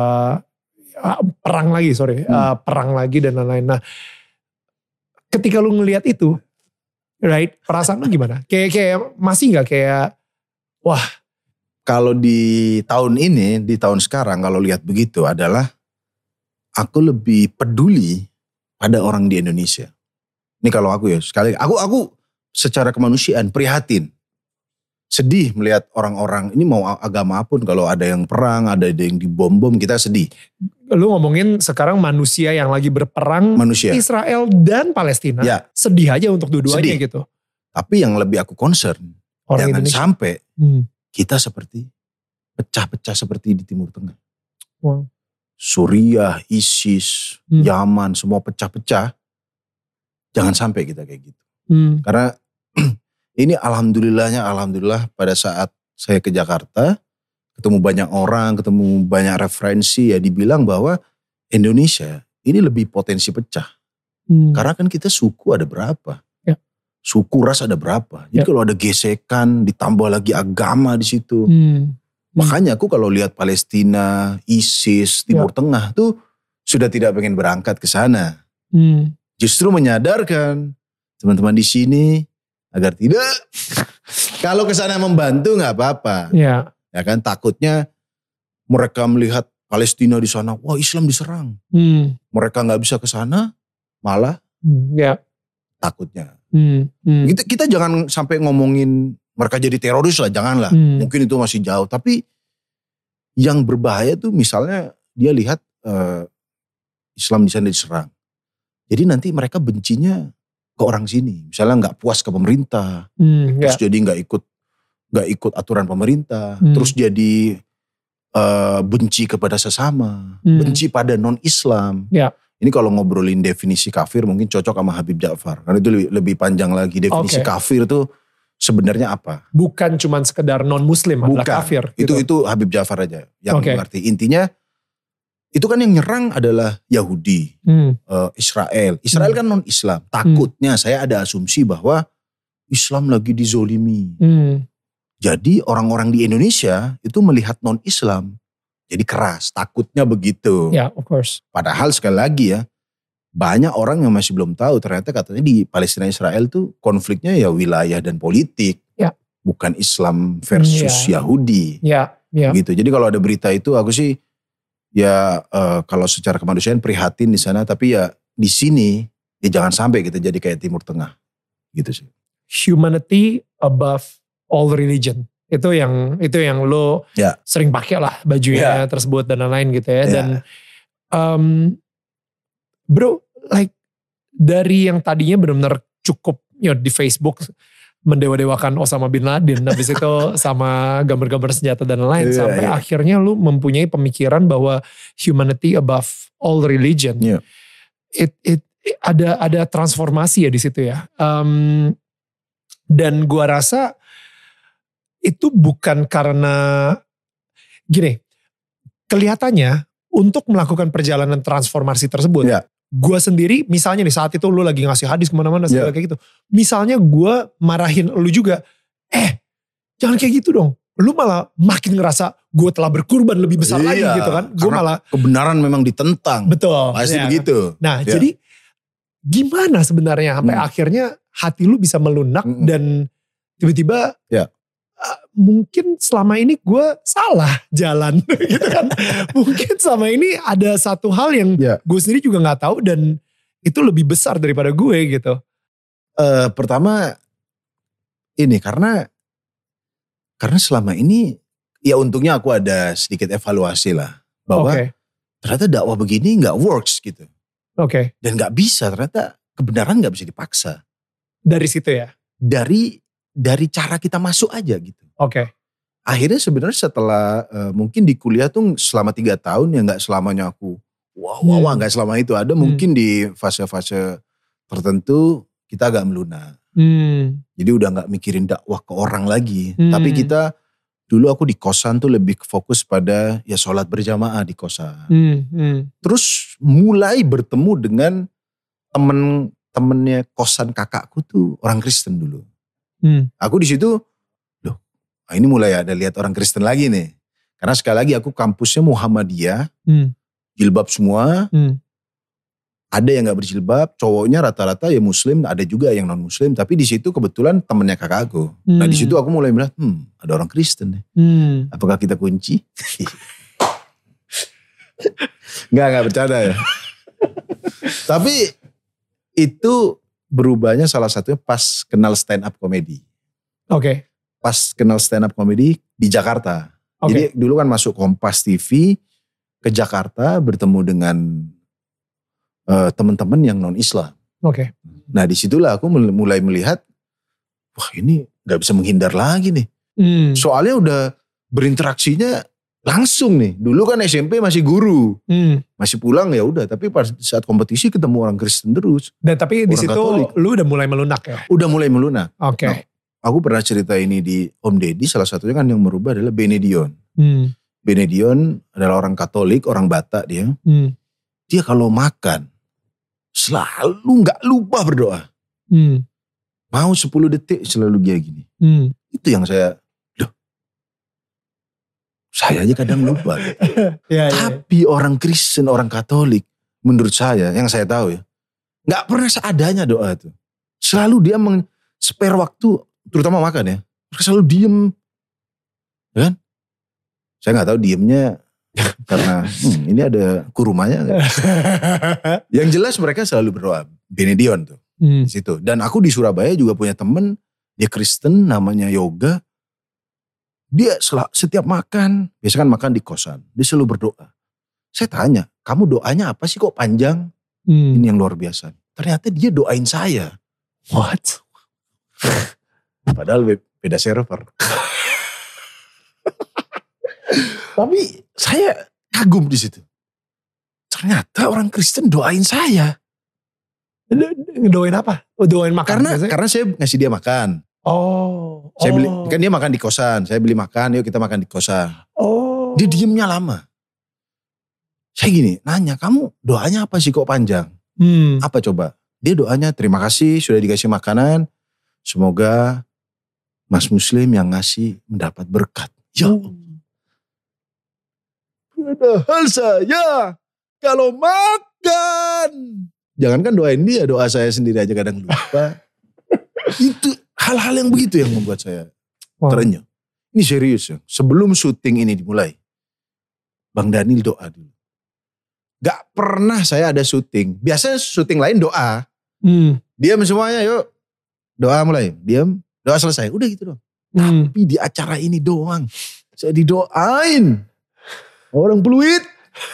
perang lagi, perang lagi dan lain-lain. Nah, ketika lu ngelihat itu, right, perasaan lu gimana? Kayak masih nggak kayak, wah. Kalau di tahun ini, di tahun sekarang, kalau lihat begitu adalah aku lebih peduli pada orang di Indonesia. Ini kalau aku ya, aku secara kemanusiaan prihatin. Sedih melihat orang-orang, ini mau agama apapun, kalau ada yang perang, ada yang dibom-bom, kita sedih. Lu ngomongin sekarang manusia yang lagi berperang, Israel dan Palestina. Ya. Sedih aja untuk dua-duanya gitu. Tapi yang lebih aku concern, orang jangan Indonesia. Sampai kita seperti pecah-pecah seperti di Timur Tengah. Wow. Suriah, ISIS, Yaman, semua pecah-pecah. Jangan sampai kita kayak gitu. Karena ini alhamdulillah pada saat saya ke Jakarta, ketemu banyak orang, ketemu banyak referensi, ya dibilang bahwa Indonesia ini lebih potensi pecah. Karena kan kita suku ada berapa? Ya. Suku ras ada berapa? Jadi kalau ada gesekan, ditambah lagi agama di situ. Makanya aku kalau lihat Palestina, ISIS, Timur Tengah tuh sudah tidak pengen berangkat ke sana. Justru menyadarkan teman-teman di sini agar tidak kalau ke sana membantu nggak apa-apa. Ya kan takutnya mereka melihat Palestina di sana, wah Islam diserang. Mereka nggak bisa ke sana, malah takutnya. Kita jangan sampai ngomongin mereka jadi teroris lah, janganlah. Mungkin itu masih jauh. Tapi yang berbahaya tuh misalnya dia lihat Islam di sana diserang. Jadi nanti mereka bencinya ke orang sini. Misalnya nggak puas ke pemerintah, terus jadi nggak ikut aturan pemerintah, terus jadi benci kepada sesama, benci pada non-Islam. Ini kalau ngobrolin definisi kafir mungkin cocok sama Habib Ja'far. Karena itu lebih panjang lagi. Definisi kafir tuh sebenarnya apa? Bukan cuma sekedar non-muslim adalah kafir. Gitu. Itu Habib Ja'far aja yang mengerti. Intinya itu kan yang nyerang adalah Yahudi, Israel. Israel kan non-Islam. Takutnya saya ada asumsi bahwa Islam lagi dizolimi. Jadi orang-orang di Indonesia itu melihat non-Islam jadi keras. Takutnya begitu. Ya, of course. Padahal sekali lagi ya, banyak orang yang masih belum tahu ternyata katanya di Palestina Israel tuh konfliknya ya wilayah dan politik. Ya. Bukan Islam versus Yahudi. Ya. Gitu. Jadi kalau ada berita itu aku sih ya kalau secara kemanusiaan prihatin di sana, tapi ya di sini ya jangan sampai kita jadi kayak Timur Tengah. Gitu sih. Humanity above all religion. Itu yang lo sering pakai lah bajunya tersebut dan lain-lain gitu ya. Dan bro, like dari yang tadinya benar-benar cukup di Facebook mendewa-dewakan Osama bin Laden, habis itu sama gambar-gambar senjata dan lain-lain, sampai akhirnya lu mempunyai pemikiran bahwa humanity above all religion. Ada transformasi ya di situ ya. Dan gua rasa itu bukan karena gini, kelihatannya untuk melakukan perjalanan transformasi tersebut, gue sendiri misalnya nih saat itu lu lagi ngasih hadis kemana-mana segala kayak gitu. Misalnya gue marahin lu juga, jangan kayak gitu dong. Lu malah makin ngerasa gue telah berkurban lebih besar lagi gitu kan. Gue malah kebenaran memang ditentang. Betul. Pasti begitu. Nah jadi gimana sebenarnya sampai akhirnya hati lu bisa melunak dan tiba-tiba mungkin selama ini gue salah jalan gitu kan. Mungkin selama ini ada satu hal yang gue sendiri juga gak tahu dan itu lebih besar daripada gue gitu. Pertama ini karena selama ini ya untungnya aku ada sedikit evaluasi lah. Bahwa ternyata dakwah begini gak works gitu. Dan gak bisa, ternyata kebenaran gak bisa dipaksa. Dari situ ya? Dari cara kita masuk aja gitu. Akhirnya sebenarnya setelah mungkin di kuliah tuh selama 3 tahun ya gak selamanya aku gak selama itu. Ada mungkin di fase-fase tertentu kita agak melunak. Jadi udah gak mikirin dakwah ke orang lagi. Tapi kita dulu aku di kosan tuh lebih fokus pada ya sholat berjamaah di kosan. Terus mulai bertemu dengan temennya kosan kakakku tuh orang Kristen dulu. Aku di situ, ini mulai ada lihat orang Kristen lagi nih. Karena sekali lagi aku kampusnya Muhammadiyah, jilbab semua. Ada yang gak berjilbab, cowoknya rata-rata ya muslim, ada juga yang non muslim. Tapi di situ kebetulan temennya kakakku. Nah di situ aku mulai bilang, ada orang Kristen nih. Apakah kita kunci? Gak bercanda ya. Tapi itu berubahnya salah satunya pas kenal stand up comedy. Pas kenal stand up comedy di Jakarta. Jadi dulu kan masuk Kompas TV ke Jakarta bertemu dengan teman-teman yang non Islam. Nah disitulah aku mulai melihat, wah ini gak bisa menghindar lagi nih. Soalnya udah berinteraksinya langsung nih. Dulu kan SMP masih guru, masih pulang ya udah. Tapi saat kompetisi ketemu orang Kristen terus. Dan tapi di situ lu udah mulai melunak ya? Udah mulai melunak. Nah, aku pernah cerita ini di Om Deddy. Salah satunya kan yang merubah adalah Benedion. Benedion adalah orang Katolik, orang Batak dia. Dia kalau makan selalu gak lupa berdoa. Mau 10 detik selalu dia gini. Itu yang saya aja kadang lupa. Tapi orang Kristen, orang Katolik, menurut saya, yang saya tahu ya, gak pernah seadanya doa itu. Selalu dia spare waktu, terutama makan ya, selalu diem. Kan? Saya gak tahu diemnya karena ini ada kurumanya. Yang jelas mereka selalu berdoa. Benedion tuh. Di situ. Dan aku di Surabaya juga punya temen, dia Kristen, namanya Yoga. Dia setiap makan, biasa kan makan di kosan, dia selalu berdoa. Saya tanya, kamu doanya apa sih kok panjang? Ini yang luar biasa. Ternyata dia doain saya. What? Padahal beda server. Tapi saya kagum di situ. Ternyata orang Kristen doain saya. Doain apa? Doain makan? Karena saya ngasih dia makan. Saya beli, kan dia makan di kosan. Saya beli makan, yuk kita makan di kosan. Dia diemnya lama. Saya gini, nanya, kamu doanya apa sih kok panjang? Apa coba? Dia doanya, terima kasih sudah dikasih makanan. Semoga Mas Muslim yang ngasih mendapat berkat. Ya padahal saya kalau makan. Jangankan doain dia, doa saya sendiri aja kadang lupa. Itu hal-hal yang begitu yang membuat saya terenyuh. Ini serius ya. Sebelum syuting ini dimulai, Bang Daniel doa dulu. Gak pernah saya ada syuting. Biasanya syuting lain doa. Diam semuanya yuk. Doa mulai. Diam. Doa selesai. Udah gitu doang. Tapi di acara ini doang, saya didoain. Orang Pluit,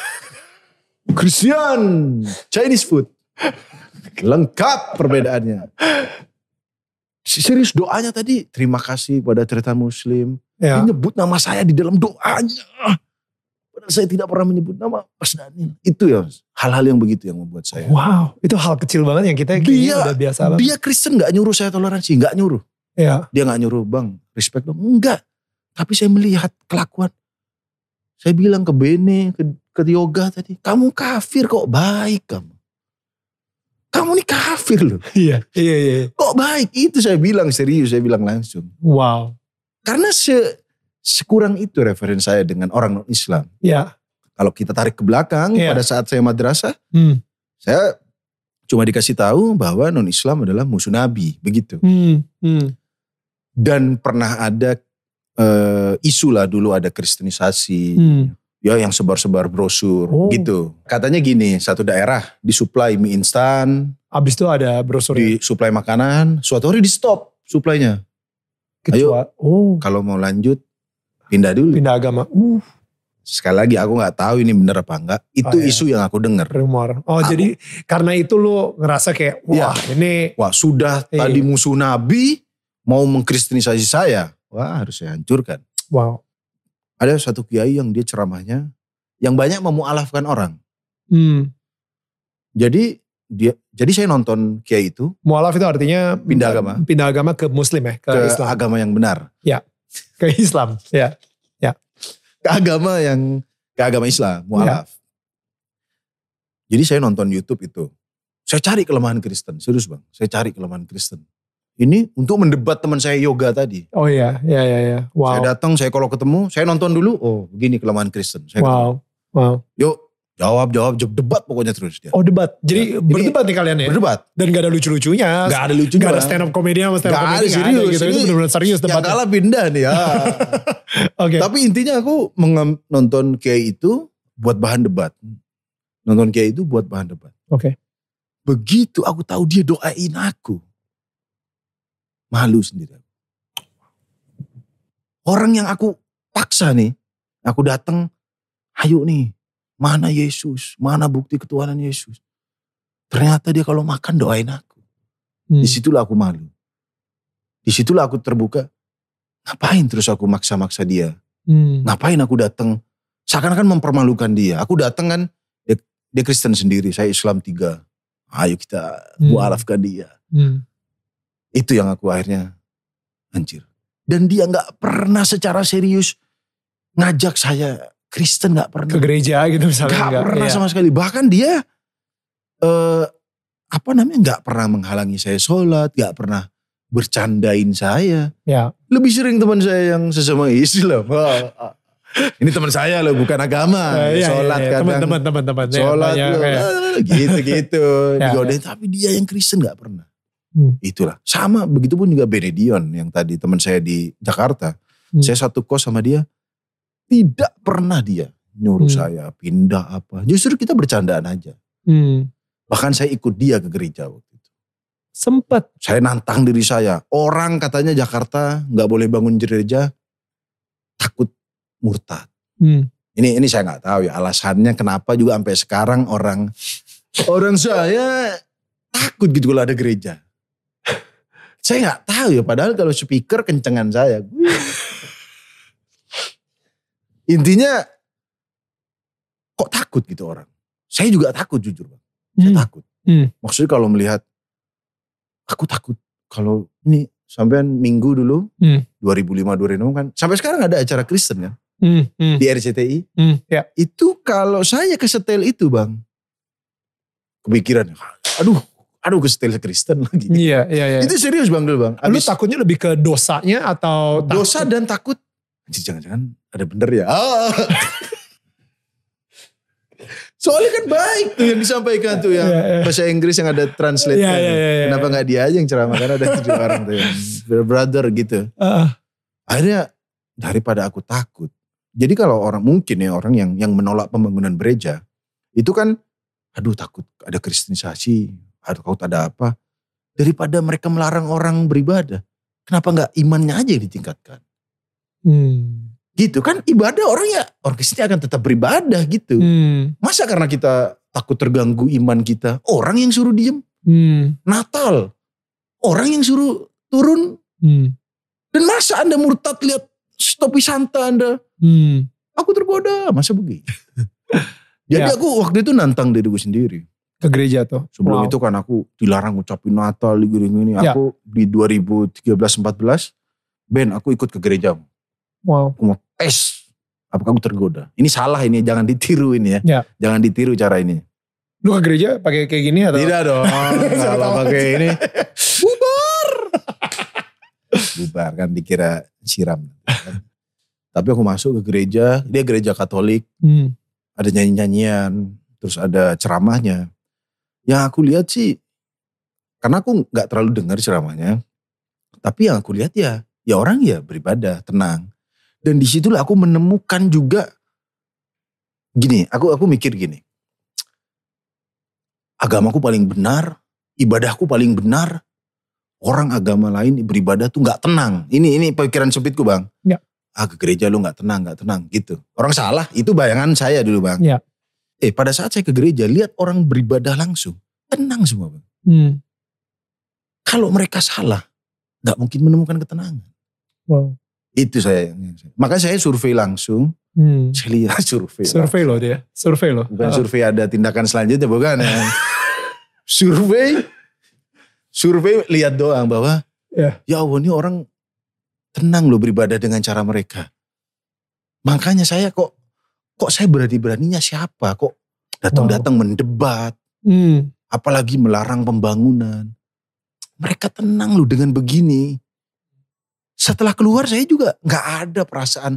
Christian, Chinese food. Lengkap perbedaannya. Serius doanya tadi, terima kasih pada Tretan Muslim. Dia nyebut nama saya di dalam doanya. Padahal saya tidak pernah menyebut nama Mas Daniel. Itu ya hal-hal yang begitu yang membuat saya. Wow, itu hal kecil banget yang kita udah biasa banget. Dia Kristen gak nyuruh saya toleransi, gak nyuruh. Iya. Dia gak nyuruh, bang respect dong. Enggak. Tapi saya melihat kelakuan. Saya bilang ke Bene, ke Yoga tadi, kamu kafir kok baik kamu. Kamu nih kafir loh. Iya. Kok baik? Itu saya bilang serius, saya bilang langsung. Wow. Karena sekurang itu referensi saya dengan orang non-Islam. Iya. Kalau kita tarik ke belakang pada saat saya madrasah, saya cuma dikasih tahu bahwa non-Islam adalah musuh Nabi, begitu. Dan pernah ada isu lah dulu ada kristenisasi. Ya yang sebar-sebar brosur gitu. Katanya gini, satu daerah disuplai mie instan. Abis itu ada brosur. Disuplai makanan, suatu hari di stop suplainya. Ayo kalau mau lanjut pindah dulu. Pindah agama. Sekali lagi aku gak tahu ini bener apa enggak. Itu isu yang aku dengar. Rumor. Jadi karena itu lu ngerasa kayak ini. Wah sudah tadi musuh Nabi mau mengkristenisasi saya. Wah harus saya hancurkan. Wow. Ada satu kiai yang dia ceramahnya yang banyak memualafkan orang. Jadi saya nonton kiai itu. Mualaf itu artinya pindah agama. Pindah agama ke Muslim ya, ke Islam. Agama yang benar. Ya, ke Islam. Ya. Ke agama Islam, mualaf. Jadi saya nonton YouTube itu. Saya cari kelemahan Kristen, serius bang. Saya cari kelemahan Kristen. Ini untuk mendebat teman saya Yoga tadi. Oh iya. Wow. Saya datang, saya kalau ketemu, saya nonton dulu. Oh begini kelemahan Kristen. Wow. Yuk jawab, debat pokoknya terus dia. Oh debat, jadi berdebat nih kalian ya? Berdebat. Dan gak ada lucunya. Gak ada lucunya. Gak ada stand up komedi sama stand up komedi. Gak ada serius. Gitu. Itu benar-benar serius debatnya. Yang kalah pindah nih ya. Okay. Tapi intinya aku nonton kiai itu buat bahan debat. Oke. Begitu aku tahu dia doain aku. Malu sendiri. Orang yang aku paksa nih. Aku datang. Ayo nih. Mana Yesus? Mana bukti ketuhanan Yesus? Ternyata dia kalau makan doain aku. Disitulah aku malu. Disitulah aku terbuka. Ngapain terus aku maksa-maksa dia? Ngapain aku datang? Seakan-akan mempermalukan dia. Aku datang kan. Dia Kristen sendiri. Saya Islam 3. Ayo kita mualafkan dia. Itu yang aku akhirnya hancur. Dan dia gak pernah secara serius ngajak saya Kristen, gak pernah. Ke gereja gitu misalnya. Gak pernah sama sekali. Bahkan dia gak pernah menghalangi saya sholat, gak pernah bercandain saya. Ya. Lebih sering teman saya yang sesama Islam. Ini teman saya loh, bukan agama. Sholat kadang. Teman-teman. Sholat gitu-gitu. Digodain, tapi dia yang Kristen gak pernah. Itulah. Sama begitupun juga Benedion yang tadi teman saya di Jakarta. Saya satu kos sama dia. Tidak pernah dia nyuruh saya pindah apa. Justru kita bercandaan aja. Bahkan saya ikut dia ke gereja waktu itu. Sempet. Saya nantang diri saya. Orang katanya Jakarta gak boleh bangun gereja. Takut murtad. Ini saya gak tahu ya alasannya kenapa juga sampai sekarang orang saya takut gitu kalau ada gereja. Saya gak tahu ya, padahal kalau speaker kencengan saya. Intinya kok takut gitu orang. Saya juga takut jujur bang. Saya takut. Maksudnya kalau melihat, aku takut. Kalau ini sampean minggu dulu, 2005-2006 kan. Sampai sekarang ada acara Kristen kan. Di RCTI. Ya. Itu kalau saya kesetel itu bang. Kepikiran, aduh kesetel Kristen lagi. Iya. Itu serius bang dulu bang. Lu takutnya lebih ke dosanya atau dosa dan takut. Jangan-jangan ada bener ya. Soalnya kan baik tuh yang disampaikan tuh yang bahasa Inggris yang ada translate. Kenapa gak dia aja yang ceramah? Karena ada 7 orang tuh yang brother gitu. Akhirnya daripada aku takut. Jadi kalau orang mungkin ya orang yang menolak pembangunan gereja. Itu kan aduh takut ada kristenisasi. Takut ada apa. Daripada mereka melarang orang beribadah. Kenapa gak imannya aja yang ditingkatkan? Gitu kan, ibadah orang Kristen akan tetap beribadah gitu. Masa karena kita takut terganggu iman kita, orang yang suruh diem? Natal, orang yang suruh turun? Dan masa Anda murtad lihat topi Santa Anda? Aku tergoda, masa begitu? Jadi aku waktu itu nantang diriku sendiri. Ke gereja tuh? Sebelum itu kan aku dilarang ngucapin Natal gini. Aku di 2013-14, Ben aku ikut ke gerejamu. Wow. Aku mau tes, apakah aku tergoda? Ini salah ini, jangan ditiru ini ya. Jangan ditiru cara ini. Lu ke gereja pakai kayak gini atau? Tidak dong, kalau pakai ini. Bubar kan dikira siram. Tapi aku masuk ke gereja, dia gereja Katolik. Ada nyanyi-nyanyian, terus ada ceramahnya. Yang aku lihat sih, karena aku gak terlalu dengar ceramahnya. Tapi yang aku lihat ya orang ya beribadah, tenang. Dan disitulah aku menemukan juga, gini, aku mikir gini. Agamaku paling benar, ibadahku paling benar. Orang agama lain beribadah tuh gak tenang. Ini pikiran sempitku bang. Ya. Ke gereja lu gak tenang gitu. Orang salah, itu bayangan saya dulu bang. Ya. Pada saat saya ke gereja, lihat orang beribadah langsung. Tenang semua bang. Kalau mereka salah, gak mungkin menemukan ketenangan. Wow. Itu saya. Makanya saya survei langsung. Saya lihat survei. Survei loh dia. Survei loh. Bukan survei ada tindakan selanjutnya bukan ya. Survei lihat doang bahwa ya Allah ini orang tenang loh beribadah dengan cara mereka. Makanya saya kok saya berani-beraninya siapa? Kok datang-datang mendebat. Apalagi melarang pembangunan. Mereka tenang loh dengan begini. Setelah keluar saya juga gak ada perasaan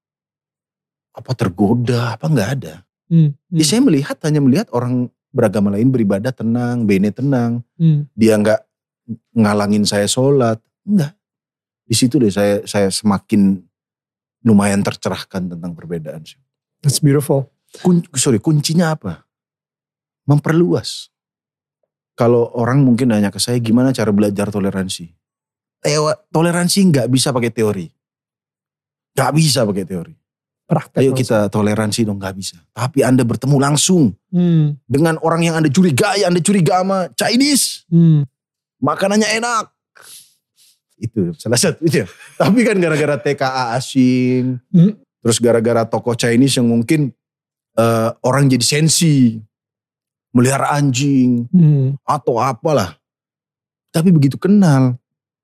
apa tergoda, apa gak ada. Ya saya hanya melihat orang beragama lain beribadah tenang, bene tenang. Dia gak ngalangin saya sholat. Enggak. Di situ deh saya semakin lumayan tercerahkan tentang perbedaan. That's beautiful. Kuncinya apa? Memperluas. Kalau orang mungkin nanya ke saya gimana cara belajar toleransi. Toleransi gak bisa pakai teori. Gak bisa pakai teori. Praktek ayo kita toleransi dong, gak bisa. Tapi Anda bertemu langsung dengan orang yang Anda curiga sama Chinese. Makanannya enak. Itu salah satu itu. Tapi kan gara-gara TKA asing. Terus gara-gara tokoh Chinese yang mungkin orang jadi sensi. Melihara anjing. Atau apalah. Tapi begitu kenal.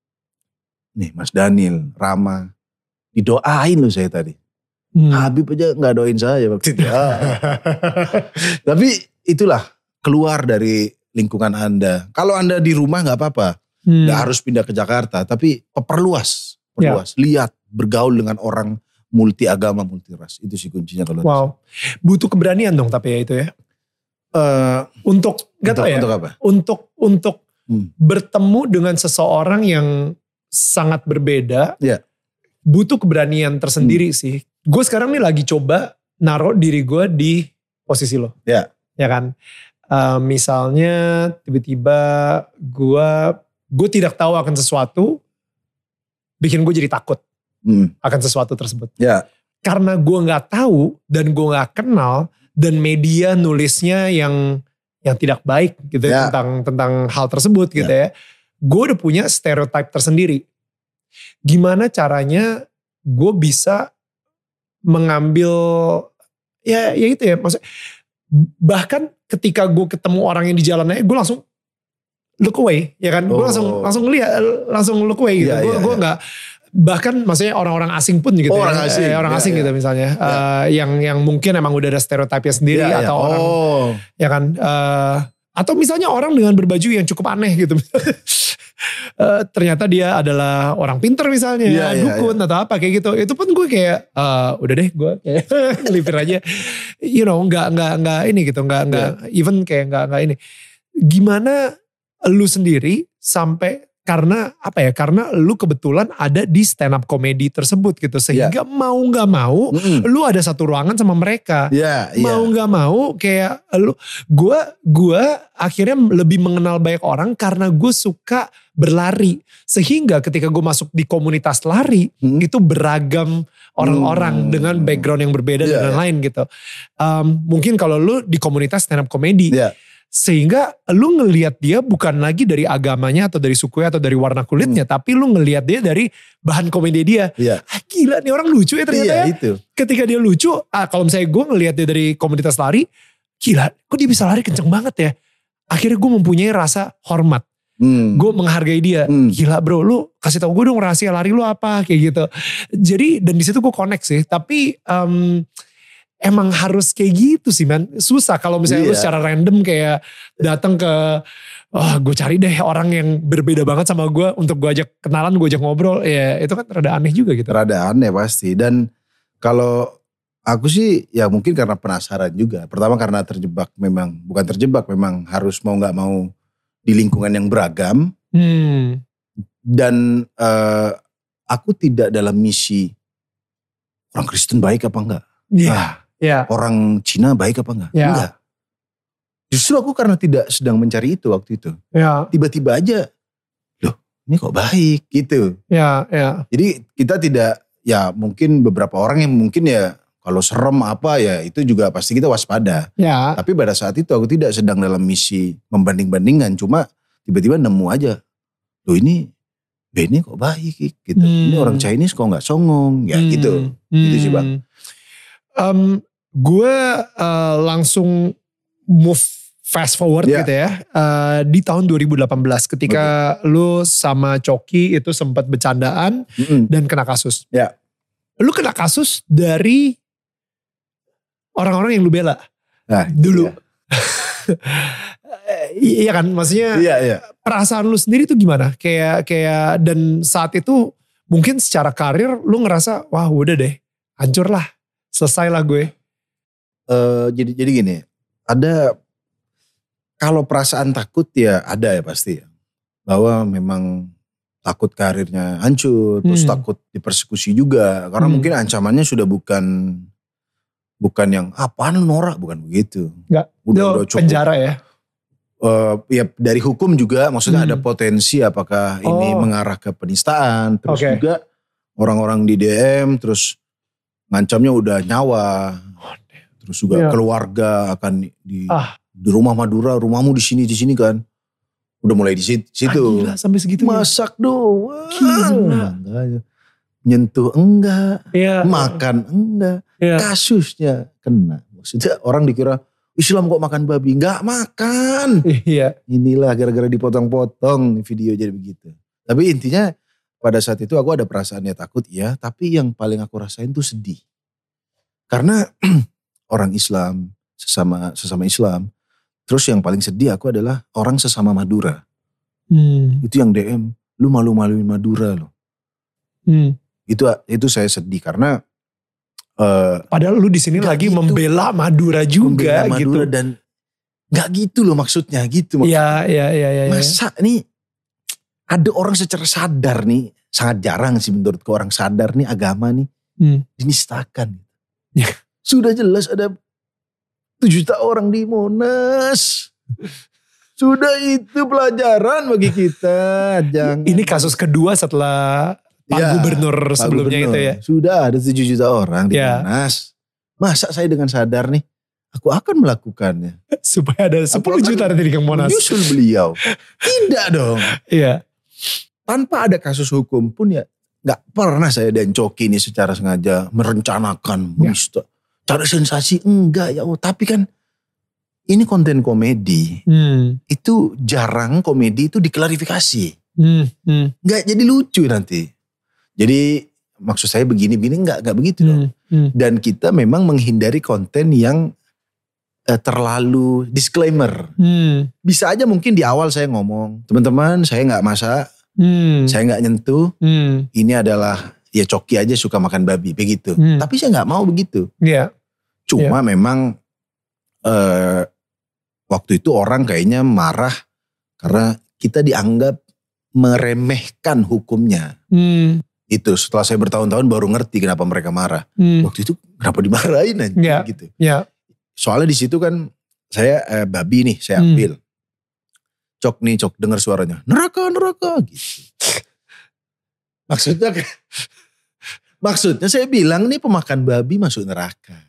Nih Mas Daniel, Rama. Didoain loh saya tadi. Habib aja gak doain saya waktu itu. Tapi itulah keluar dari lingkungan Anda. Kalau Anda di rumah gak apa-apa. Gak harus pindah ke Jakarta. Tapi perluas. Lihat, bergaul dengan orang multi agama, multi ras. Itu sih kuncinya kalau. Wow. Butuh keberanian dong tapi ya itu ya. Untuk apa? Untuk bertemu dengan seseorang yang sangat berbeda. Butuh keberanian tersendiri sih. Gue sekarang nih lagi coba naruh diri gue di posisi lo. Ya kan. Misalnya tiba-tiba gue tidak tahu akan sesuatu. Bikin gue jadi takut. Akan sesuatu tersebut. Karena gue gak tahu dan gue gak kenal. Dan media nulisnya yang tidak baik gitu ya. Tentang hal tersebut gitu ya. Gue udah punya stereotip tersendiri. Gimana caranya gue bisa mengambil ya itu ya, maksudnya bahkan ketika gue ketemu orang yang di jalannya gue langsung look away ya kan. Gue langsung ngeliat, langsung look away gitu. Gue nggak, bahkan maksudnya orang-orang asing pun gitu. Orang asing gitu misalnya. Yang mungkin emang udah ada stereotipnya sendiri atau orang ya kan. Atau misalnya orang dengan berbaju yang cukup aneh gitu. Ternyata dia adalah orang pinter misalnya, dukun atau apa kayak gitu. Itu pun gue kayak udah deh gue kayak ngelipir aja. You know, nggak ini gitu, nggak even kayak nggak ini. Gimana lu sendiri sampai karena apa ya? Karena lu kebetulan ada di stand up comedy tersebut gitu, sehingga mau nggak mau, lu ada satu ruangan sama mereka. Mau nggak mau, kayak lu, gue akhirnya lebih mengenal banyak orang karena gue suka berlari, sehingga ketika gue masuk di komunitas lari, itu beragam orang-orang dengan background yang berbeda dan lain-lain gitu. Mungkin kalau lu di komunitas stand up comedy. Sehingga lu ngelihat dia bukan lagi dari agamanya atau dari sukunya atau dari warna kulitnya. Tapi lu ngelihat dia dari bahan komedi dia. Gila nih orang lucu ya ternyata ya. Itu. Ketika dia lucu, kalau misalnya gue ngelihat dia dari komunitas lari. Gila kok dia bisa lari kenceng banget ya. Akhirnya gue mempunyai rasa hormat. Gue menghargai dia. Gila bro, lu kasih tau gue dong rahasia lari lu apa kayak gitu. Jadi dan di situ gue connect sih. Tapi emang harus kayak gitu sih man. Susah kalau misalnya lu secara random kayak datang ke, gue cari deh orang yang berbeda banget sama gue untuk gue ajak kenalan, gue ajak ngobrol. Ya itu kan rada aneh juga gitu. Rada aneh pasti. Dan kalau aku sih ya mungkin karena penasaran juga. Pertama karena terjebak memang, bukan terjebak, memang harus mau gak mau di lingkungan yang beragam. Dan aku tidak dalam misi orang Kristen baik apa enggak. Orang Cina baik apa enggak? Enggak. Justru aku karena tidak sedang mencari itu waktu itu. Tiba-tiba aja, loh ini kok baik gitu. Jadi kita tidak, ya mungkin beberapa orang yang mungkin ya kalau serem apa ya itu juga pasti kita waspada. Tapi pada saat itu aku tidak sedang dalam misi membanding-bandingkan. Cuma tiba-tiba nemu aja, loh ini Benny kok baik gitu. Ini orang Chinese kok gak songong. Ya gitu. Gitu sih Bang. Gue langsung move fast forward gitu ya. Di tahun 2018 ketika lu sama Coki itu sempat bercandaan dan kena kasus. Lu kena kasus dari orang-orang yang lu bela dulu. Iya kan, maksudnya perasaan lu sendiri tuh gimana? Kayak dan saat itu mungkin secara karir lu ngerasa wah udah deh, hancur lah. Selesai lah gue. Jadi gini, ada kalau perasaan takut ya ada ya pasti ya. Bahwa memang takut karirnya hancur, terus takut dipersekusi juga. Karena mungkin ancamannya sudah bukan yang apaan lu norak, bukan begitu. Enggak, udah cukup. Penjara ya? Ya dari hukum juga maksudnya ada potensi apakah ini mengarah ke penistaan. Terus juga orang-orang di DM terus ngancamnya udah nyawa, terus juga keluarga akan di rumah Madura, rumahmu di sini kan, udah mulai di situ. Gila, sampai segitu. Masak doang, nyentuh enggak, makan enggak, kasusnya kena. Maksudnya orang dikira Islam kok makan babi, nggak makan. Inilah gara-gara dipotong-potong video jadi begitu. Tapi intinya pada saat itu aku ada perasaannya takut ya, tapi yang paling aku rasain tuh sedih. Karena orang Islam, sesama Islam, terus yang paling sedih aku adalah orang sesama Madura. Itu yang DM, lu malu-maluin Madura loh. Itu saya sedih karena padahal lu di sini lagi gitu. Membela Madura juga membela Madura gitu. Dan gak gitu loh maksudnya gitu. Iya. Masa nih ada orang secara sadar nih, sangat jarang sih menurutku orang sadar nih agama nih dinistakan. Sudah jelas ada 7 juta orang di Monas. Sudah itu pelajaran bagi kita. Jangan. Ini kasus kedua setelah Pak Gubernur sebelumnya itu ya. Sudah ada 7 juta orang di Monas. Masa saya dengan sadar nih, aku akan melakukannya. Supaya ada 10 juta nanti di Monas. Menyusul beliau. Tidak dong. Iya. Tanpa ada kasus hukum pun ya gak pernah saya dan Coki ini secara sengaja merencanakan. Cari sensasi enggak ya. Tapi kan ini konten komedi. Itu jarang komedi itu diklarifikasi. Gak jadi lucu nanti. Jadi maksud saya begini-begini gak begitu dong. Dan kita memang menghindari konten yang terlalu disclaimer. Bisa aja mungkin di awal saya ngomong, teman-teman saya gak masak, saya gak nyentuh, ini adalah ya Coki aja suka makan babi, begitu. Tapi saya gak mau begitu. Cuma memang waktu itu orang kayaknya marah karena kita dianggap meremehkan hukumnya. Itu setelah saya bertahun-tahun baru ngerti kenapa mereka marah. Waktu itu kenapa dimarahin aja gitu. Soalnya di situ kan saya babi nih saya ambil. Cok dengar suaranya. Neraka gitu. Maksudnya saya bilang nih pemakan babi masuk neraka.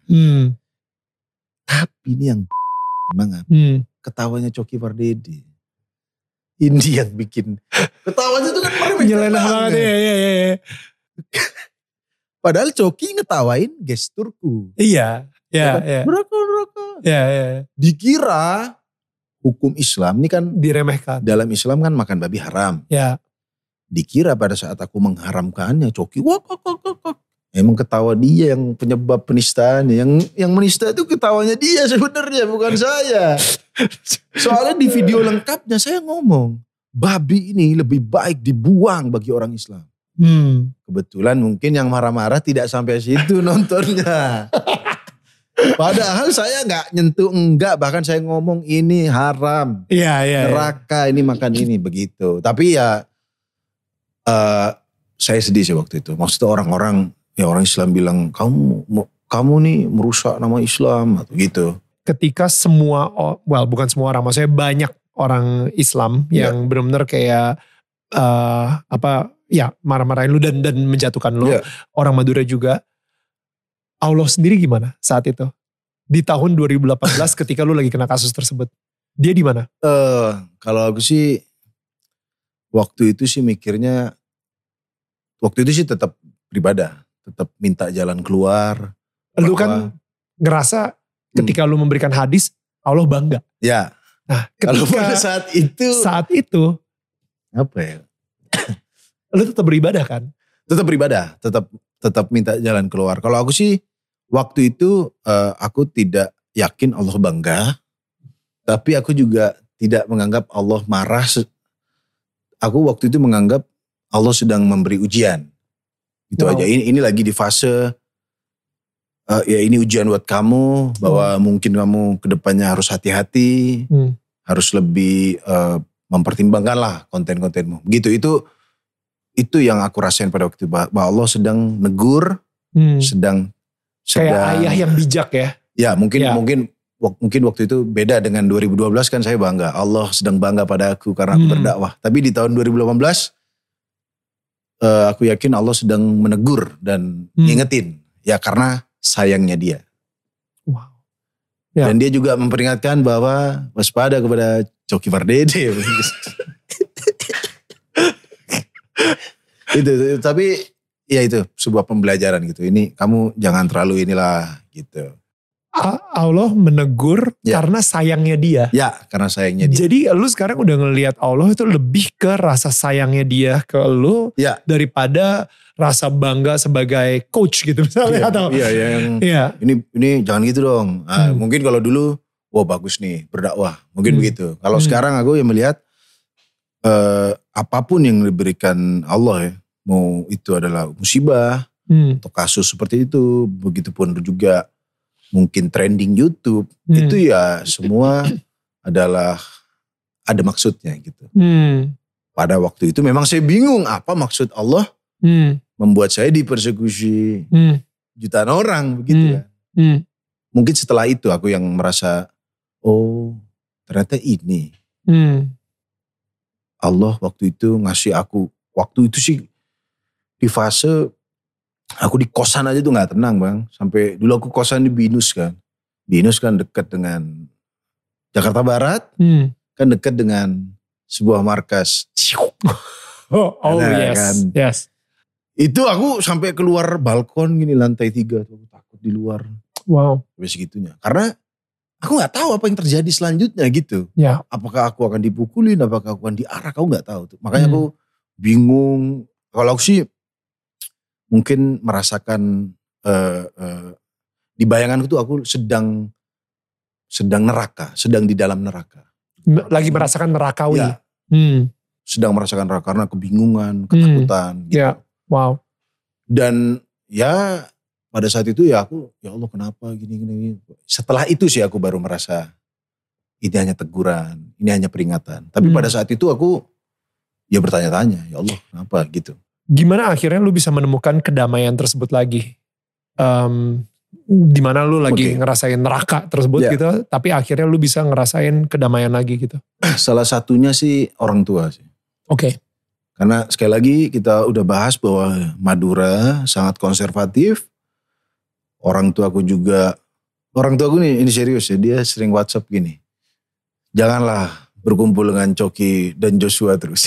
Tapi ini yang emang ketawanya Coki Pardede. Ini yang bikin ketawanya itu kan nyeleneh banget ya. Padahal Coki ngetawain gesturku. Iya. Neraka. Iya. Dikira hukum Islam ini kan diremehkan. Dalam Islam kan makan babi haram. Ya. Dikira pada saat aku mengharamkannya Coki wak. Emang ketawa dia yang penyebab penistaan. Yang menista itu ketawanya dia sebenarnya bukan saya. Soalnya di video lengkapnya saya ngomong. Babi ini lebih baik dibuang bagi orang Islam. Kebetulan mungkin yang marah-marah tidak sampai situ nontonnya. Padahal saya gak nyentuh bahkan saya ngomong ini haram. Neraka ini makan ini begitu. Tapi ya saya sedih sih waktu itu. Maksudnya orang Islam bilang kamu nih merusak nama Islam atau gitu. Ketika semua, bukan semua orang, maksudnya banyak orang Islam yang benar-benar kayak marah-marahin lu dan menjatuhkan lu. Orang Madura juga. Allah sendiri gimana saat itu? Di tahun 2018 ketika lu lagi kena kasus tersebut. Dia di mana? Kalau aku sih waktu itu sih mikirnya tetap beribadah. Tetap minta jalan keluar. Lu kan ngerasa ketika lu memberikan hadis, Allah bangga. Ya. Nah, kalau pada saat itu. Apa ya? Lu tetap beribadah kan? Tetap beribadah. Tetap minta jalan keluar. Kalau aku sih, waktu itu aku tidak yakin Allah bangga. Tapi aku juga tidak menganggap Allah marah. Aku waktu itu menganggap Allah sedang memberi ujian. Itu aja. Ini lagi di fase ini ujian buat kamu bahwa mungkin kamu kedepannya harus hati-hati, harus lebih mempertimbangkan lah konten-kontenmu. Begitu itu yang aku rasain pada waktu itu bahwa Allah sedang negur, sedang kayak ayah yang bijak ya. Ya mungkin waktu itu beda dengan 2012 kan saya bangga. Allah sedang bangga pada aku karena aku berdakwah. Tapi di tahun 2018 aku yakin Allah sedang menegur dan ngingetin. Ya karena sayangnya dia. Wow. Ya. Dan dia juga memperingatkan bahwa waspada kepada Coki Pardede. Tapi ya itu sebuah pembelajaran gitu. Ini kamu jangan terlalu inilah gitu. Allah menegur karena sayangnya dia. Ya, karena sayangnya dia. Jadi lu sekarang udah ngelihat Allah itu lebih ke rasa sayangnya dia ke lu daripada rasa bangga sebagai coach gitu misalnya atau. Ini jangan gitu dong. Mungkin kalau dulu bagus nih berdakwah. Mungkin begitu. Kalau sekarang aku yang melihat apapun yang diberikan Allah ya, mau itu adalah musibah atau kasus seperti itu, begitupun juga mungkin trending YouTube, itu ya semua adalah ada maksudnya gitu. Pada waktu itu memang saya bingung apa maksud Allah membuat saya dipersekusi jutaan orang begitu kan. Mungkin setelah itu aku yang merasa, ternyata ini. Allah waktu itu ngasih aku, waktu itu sih di fase aku di kosan aja tuh gak tenang bang. Sampai dulu aku kosan di Binus kan. Binus kan dekat dengan Jakarta Barat. Kan dekat dengan sebuah markas. Yes. Itu aku sampai keluar balkon gini lantai 3. Aku takut di luar. Wow. Sampai segitunya. Karena aku gak tahu apa yang terjadi selanjutnya gitu. Ya. Apakah aku akan dipukulin, apakah aku akan diarak, aku gak tahu. Makanya aku bingung. Kalau aku sih mungkin merasakan di bayanganku tuh aku sedang neraka, sedang di dalam neraka. Lagi merasakan nerakawi. Ya, sedang merasakan neraka karena kebingungan, ketakutan. Gitu. Ya, wow. Dan ya pada saat itu ya aku, ya Allah kenapa gini. Setelah itu sih aku baru merasa ini hanya teguran, ini hanya peringatan. Tapi pada saat itu aku ya bertanya-tanya, ya Allah kenapa gitu. Gimana akhirnya lu bisa menemukan kedamaian tersebut lagi? Dimana lu lagi ngerasain neraka tersebut gitu, tapi akhirnya lu bisa ngerasain kedamaian lagi gitu. Salah satunya sih orang tua sih. Oke. Karena sekali lagi kita udah bahas bahwa Madura sangat konservatif. Orang tuaku nih ini serius ya, dia sering WhatsApp gini. Janganlah berkumpul dengan Coki dan Joshua terus.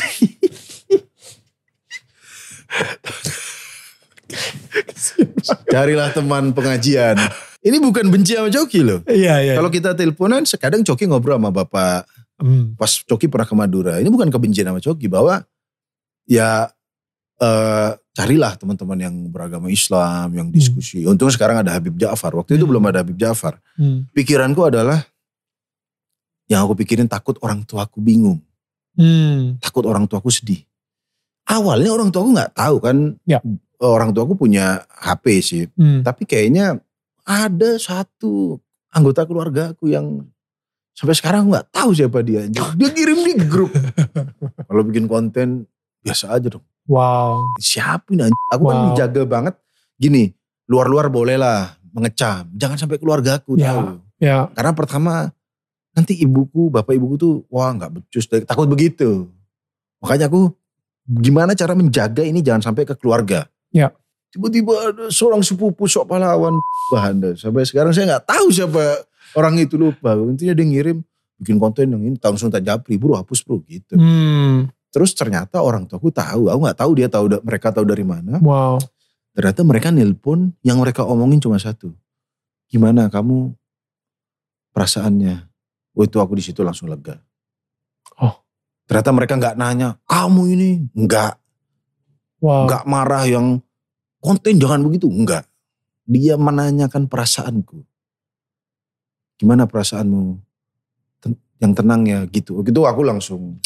Carilah teman pengajian. Ini bukan benci sama Coki loh. Iya. Kalau kita teleponan, kadang Coki ngobrol sama bapak. Pas Coki pernah ke Madura. Ini bukan kebencian sama Coki, bahwa ya carilah teman-teman yang beragama Islam, yang diskusi. Untung sekarang ada Habib Ja'far. Waktu itu belum ada Habib Ja'far. Pikiranku adalah, yang aku pikirin takut orang tuaku bingung. Takut orang tuaku sedih. Awalnya orang tuaku gak tahu kan. Ya. Orang tuaku punya HP sih. Tapi kayaknya ada satu anggota keluarga aku yang sampai sekarang aku gak tahu siapa dia. Dia kirim di grup. Kalau bikin konten biasa aja dong. Wow. Siapin aja. Aku kan jaga banget. Gini, luar-luar boleh lah mengecam. Jangan sampai keluarga aku tahu. Ya. Karena pertama nanti bapak ibuku tuh wah gak becus. Takut begitu. Makanya aku gimana cara menjaga ini jangan sampai ke keluarga. Ya. Tiba-tiba ada seorang sepupu sok pahlawan. Sampai sekarang saya gak tahu siapa orang itu, lupa. Intinya dia ngirim bikin konten yang ini langsung tak japri. Bro hapus bro gitu. Terus ternyata orang tuaku tahu. Aku gak tahu mereka tahu dari mana. Wow. Ternyata mereka nelpon, yang mereka omongin cuma satu. Gimana kamu perasaannya? Itu aku di situ langsung lega. Oh. Ternyata mereka gak nanya, kamu ini enggak. Wow. Gak marah yang konten jangan begitu. Enggak. Dia menanyakan perasaanku. Gimana perasaanmu? Yang tenang ya gitu. Gitu aku langsung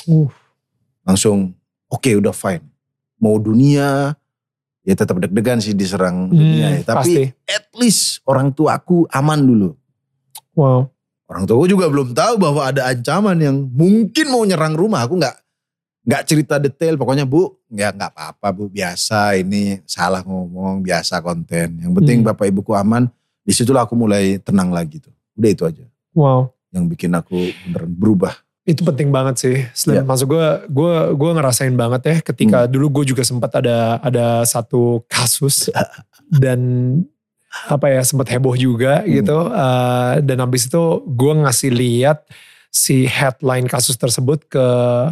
oke, udah fine. Mau dunia ya tetap deg-degan sih diserang dunia ya. Tapi at least orang tua aku aman dulu. Wow. Orang tua aku juga belum tahu bahwa ada ancaman yang mungkin mau nyerang rumah. Aku gak cerita detail, pokoknya Bu, ya gak apa-apa Bu, biasa ini salah ngomong, biasa konten. Yang penting bapak ibuku aman, disitulah aku mulai tenang lagi tuh. Udah itu aja. Wow. Yang bikin aku beneran berubah. Itu penting banget sih, Slim. Maksud gue ngerasain banget ya, ketika dulu gue juga sempat ada satu kasus, dan sempat heboh juga gitu. Dan habis itu gue ngasih lihat si headline kasus tersebut ke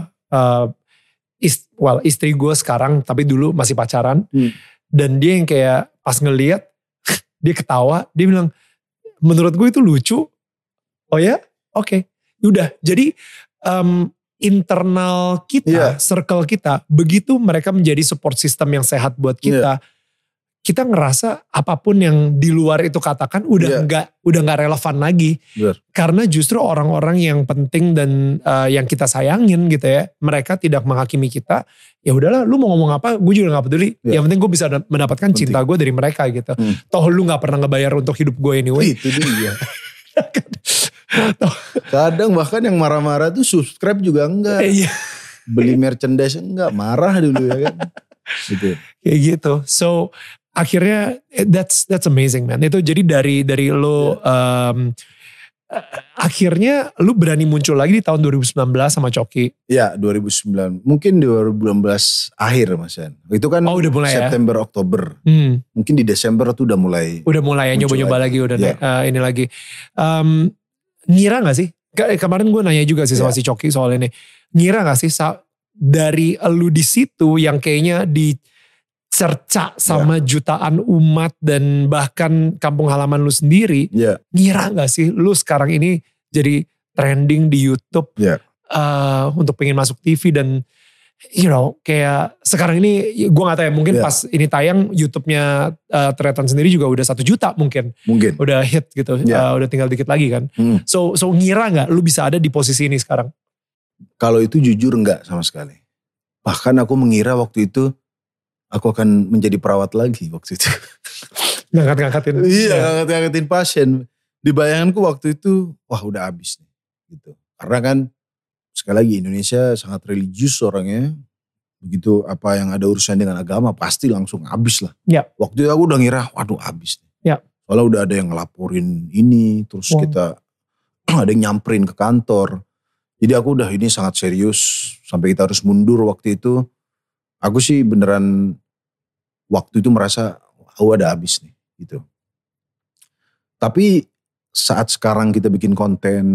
istri gue sekarang, tapi dulu masih pacaran. Dan dia yang kayak pas ngeliat, dia ketawa, dia bilang, menurut gue itu lucu. Oh ya? Oke. Udah, jadi internal kita, circle kita, begitu mereka menjadi support system yang sehat buat kita, kita ngerasa apapun yang di luar itu katakan udah nggak relevan lagi. Karena justru orang-orang yang penting dan yang kita sayangin gitu ya, mereka tidak menghakimi kita. Ya udahlah, lu mau ngomong apa, gue juga nggak peduli. Yang penting gue bisa mendapatkan cinta gue dari mereka gitu. Toh lu nggak pernah ngebayar untuk hidup gue anyway. Itu dia. Kadang bahkan yang marah-marah tuh subscribe juga enggak. Beli merchandise enggak, marah dulu ya kan. Gitu. Kayak gitu. So akhirnya that's amazing man. Itu jadi dari lo akhirnya lu berani muncul lagi di tahun 2019 sama Coki. Ya 2009. Mungkin 2019 akhir Mas Yan. Itu kan udah mulai September Oktober. Mungkin di Desember tuh udah mulai. Udah mulai ya nyoba-nyoba lagi udah ini lagi. Ngira gak sih? Kemarin gue nanya juga sih sama si Coki soal ini. Ngira gak sih dari lu di situ yang kayaknya dicerca sama jutaan umat dan bahkan kampung halaman lu sendiri. Ngira gak sih lu sekarang ini jadi trending di YouTube untuk pengen masuk TV dan kayak sekarang ini gue gak tahu ya, mungkin pas ini tayang YouTube-nya Tretan sendiri juga udah 1 juta mungkin. Udah hit gitu, udah tinggal dikit lagi kan. So ngira gak lu bisa ada di posisi ini sekarang? Kalau itu jujur enggak sama sekali. Bahkan aku mengira waktu itu aku akan menjadi perawat lagi waktu itu. Ngangkat-ngangkatin. Iya, ngangkat-ngangkatin pasien. Di bayanganku waktu itu, wah udah habis nih. Gitu. Karena kan sekali lagi Indonesia sangat religius orangnya. Begitu apa yang ada urusan dengan agama pasti langsung habis lah. Ya. Waktu itu aku udah ngira, waduh habis. Ya. Soalnya udah ada yang ngelaporin ini, terus kita ada yang nyamperin ke kantor. Jadi aku udah ini sangat serius, sampai kita harus mundur waktu itu. Aku sih beneran waktu itu merasa, udah habis nih gitu. Tapi saat sekarang kita bikin konten,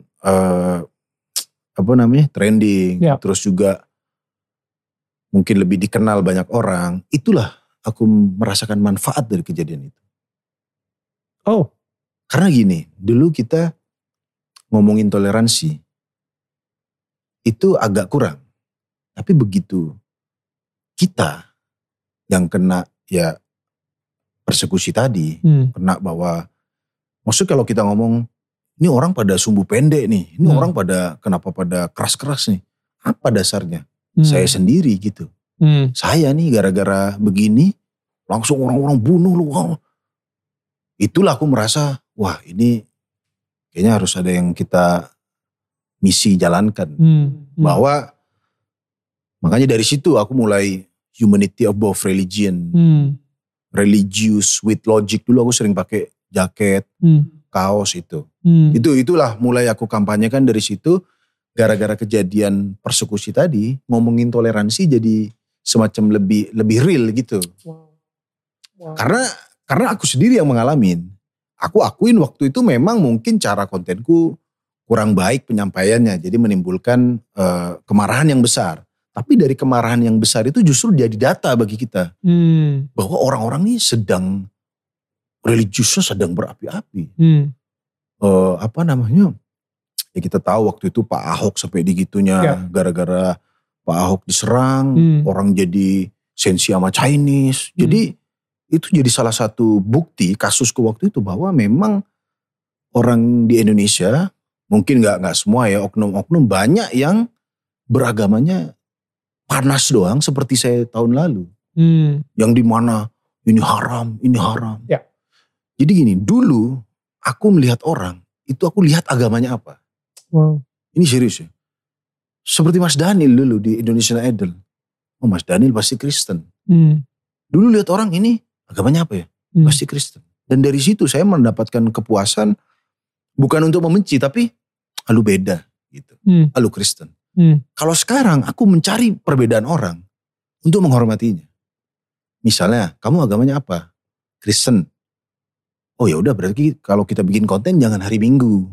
trending, terus juga mungkin lebih dikenal banyak orang, itulah aku merasakan manfaat dari kejadian itu. Oh. Karena gini, dulu kita ngomongin toleransi, itu agak kurang. Tapi begitu kita yang kena ya persekusi tadi, kena bahwa, maksud kalau kita ngomong, ini orang pada sumbu pendek nih, ini orang kenapa pada keras-keras nih, apa dasarnya? Saya sendiri gitu. Saya nih gara-gara begini, langsung orang-orang bunuh lu. Itulah aku merasa, wah ini kayaknya harus ada yang kita misi jalankan. Bahwa, makanya dari situ aku mulai humanity above religion. Religious with logic, dulu aku sering pakai jaket, kaos itu. Itulah mulai aku kampanyekan dari situ. Gara-gara kejadian persekusi tadi, ngomongin toleransi jadi semacam lebih real gitu. Wow. Karena aku sendiri yang mengalamin. Aku akuin waktu itu memang mungkin cara kontenku kurang baik penyampaiannya. Jadi menimbulkan kemarahan yang besar. Tapi dari kemarahan yang besar itu justru jadi data bagi kita. Bahwa orang-orang ini religiusnya sedang berapi-api. Ya kita tahu waktu itu Pak Ahok sampai digitunya, gara-gara Pak Ahok diserang, orang jadi sensi sama Chinese. Jadi itu jadi salah satu bukti kasusku waktu itu bahwa memang orang di Indonesia, mungkin gak semua ya, oknum-oknum banyak yang beragamanya panas doang seperti saya tahun lalu. Yang dimana ini haram. Ya. Jadi gini, dulu aku melihat orang, itu aku lihat agamanya apa. Wow. Ini serius ya. Seperti Mas Daniel dulu di Indonesian Idol. Oh Mas Daniel pasti Kristen. Dulu lihat orang ini agamanya apa ya? Pasti Kristen. Dan dari situ saya mendapatkan kepuasan. Bukan untuk membenci tapi lu beda gitu. Lu Kristen. Kalau sekarang aku mencari perbedaan orang untuk menghormatinya. Misalnya kamu agamanya apa? Kristen. Oh ya udah berarti kalau kita bikin konten jangan hari Minggu.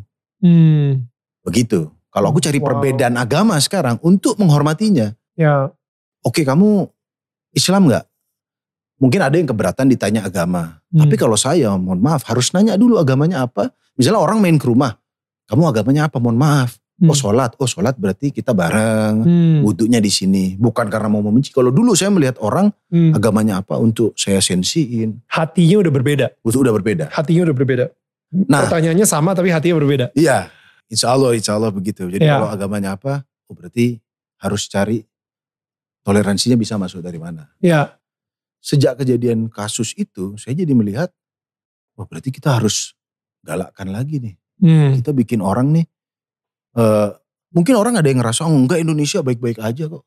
Begitu. Kalau aku cari perbedaan agama sekarang untuk menghormatinya. Ya. Oke, kamu Islam gak? Mungkin ada yang keberatan ditanya agama. Tapi kalau saya, mohon maaf, harus nanya dulu agamanya apa. Misalnya orang main ke rumah. Kamu agamanya apa? Mohon maaf. Oh sholat. Oh sholat berarti kita bareng. Wudhunya di sini. Bukan karena mau membenci. Kalau dulu saya melihat orang agamanya apa untuk saya sensiin. Hatinya udah berbeda. Udah berbeda. Hatinya udah berbeda. Nah, pertanyaannya sama tapi hatinya berbeda. Iya. Insya Allah begitu. Jadi kalau agamanya apa, oh berarti harus cari toleransinya bisa masuk dari mana. Iya. Sejak kejadian kasus itu, saya jadi melihat, wah berarti kita harus galakkan lagi nih. Kita bikin orang nih, mungkin orang ada yang ngerasa, oh enggak Indonesia baik-baik aja kok.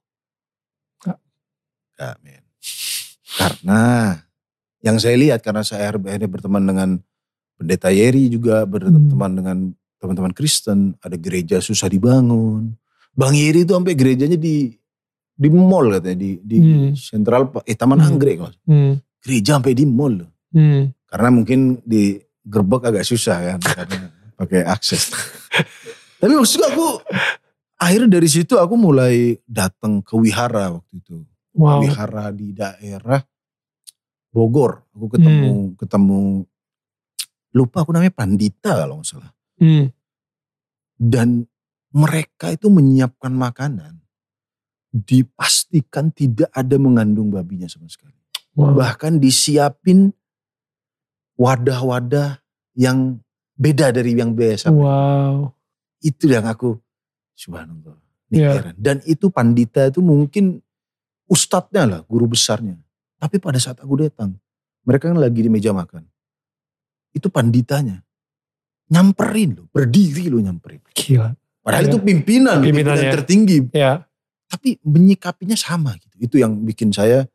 Enggak men. Karena yang saya lihat, karena saya akhirnya berteman dengan Pendeta Yeri juga, berteman dengan teman-teman Kristen, ada gereja susah dibangun. Bang Yeri itu sampai gerejanya di mall katanya, di Sentral Taman Anggrek. Gereja sampai di mall loh. Karena mungkin di gerbek agak susah kan, karena pakai akses. Tapi maksudnya aku, akhirnya dari situ aku mulai datang ke wihara waktu itu. Wow. Wihara di daerah Bogor. Aku ketemu lupa aku namanya Pandita kalau gak salah. Dan mereka itu menyiapkan makanan, dipastikan tidak ada mengandung babinya sama sekali. Wow. Bahkan disiapin wadah-wadah yang beda dari yang biasa. Wow. Itu yang aku, subhanallah. Heran. Dan itu Pandita itu mungkin ustadznya lah, guru besarnya. Tapi pada saat aku datang, mereka kan lagi di meja makan. Itu panditanya. Nyamperin loh, berdiri loh nyamperin. Gila. Padahal itu pimpinan tertinggi. Ya. Tapi menyikapinya sama gitu. Itu yang bikin saya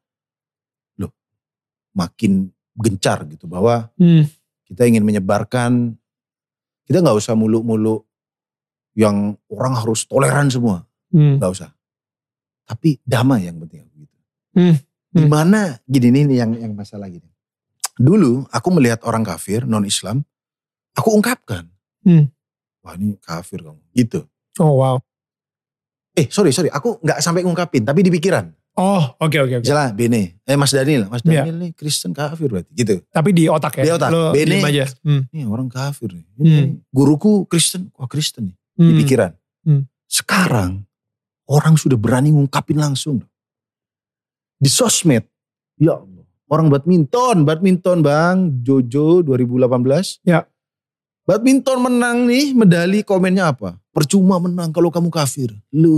makin gencar gitu. Bahwa kita ingin menyebarkan, kita gak usah muluk-muluk yang orang harus toleran semua. Gak usah. Tapi damai yang penting. Gitu. Dimana gini nih yang masalah gini. Dulu aku melihat orang kafir, non-Islam, aku ungkapkan. Wah ini kafir kamu. Gitu. Oh wow. Sorry. Aku gak sampai ngungkapin, tapi di pikiran. Oh oke. Misalnya Bene, Mas Daniel nih Kristen kafir berarti. Gitu. Tapi di otak ya? Di otak. Lo Bene, aja. Ini orang kafir nih. Guruku Kristen, wah Kristen nih. Di pikiran. Sekarang, orang sudah berani ngungkapin langsung. Di sosmed, ya Allah. Orang badminton Bang, Jojo 2018. Ya. Badminton menang nih, medali komennya apa? Percuma menang kalau kamu kafir.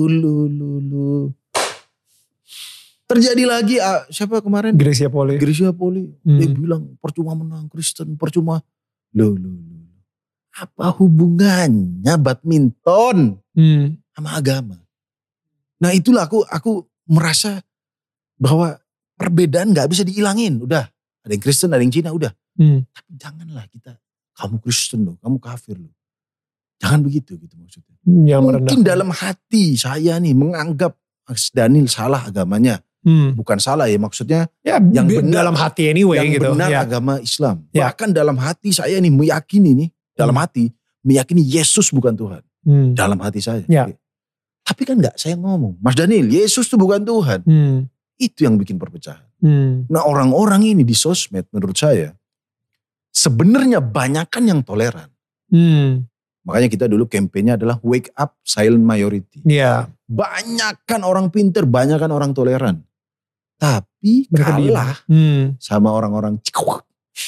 Lu. Terjadi lagi, siapa kemarin? Grecia Poli. Dia bilang percuma menang Kristen, percuma. Lu. Apa hubungannya badminton sama agama? Nah itulah aku merasa bahwa perbedaan gak bisa dihilangin. Udah, ada yang Kristen, ada yang Cina, udah. Tapi janganlah kita, kamu Kristen loh, kamu kafir loh. Jangan begitu gitu maksudnya. Mungkin dalam hati saya nih menganggap Mas Daniel salah agamanya. Bukan salah ya maksudnya. Ya, yang benar dalam hati anyway yang gitu. Yang benar agama Islam. Bahkan dalam hati saya nih meyakini nih. Dalam hati meyakini Yesus bukan Tuhan. Dalam hati saya. Tapi kan gak saya ngomong. Mas Daniel, Yesus tuh bukan Tuhan. Itu yang bikin perpecahan. Nah orang-orang ini di sosmed menurut saya. Sebenarnya banyakan yang toleran. Makanya kita dulu kampanye adalah wake up silent majority. Banyakan orang pinter, banyakan orang toleran. Tapi mereka kalah sama orang-orang cikwak.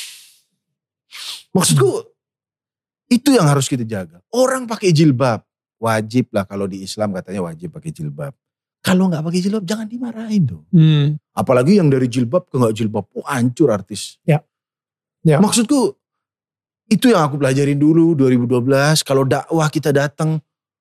Maksudku itu yang harus kita jaga. Orang pakai jilbab. Wajib lah kalau di Islam katanya wajib pakai jilbab. Kalau gak pakai jilbab jangan dimarahin dong. Apalagi yang dari jilbab ke gak jilbab. Hancur artis. Maksudku itu yang aku pelajarin dulu 2012. Kalau dakwah kita datang.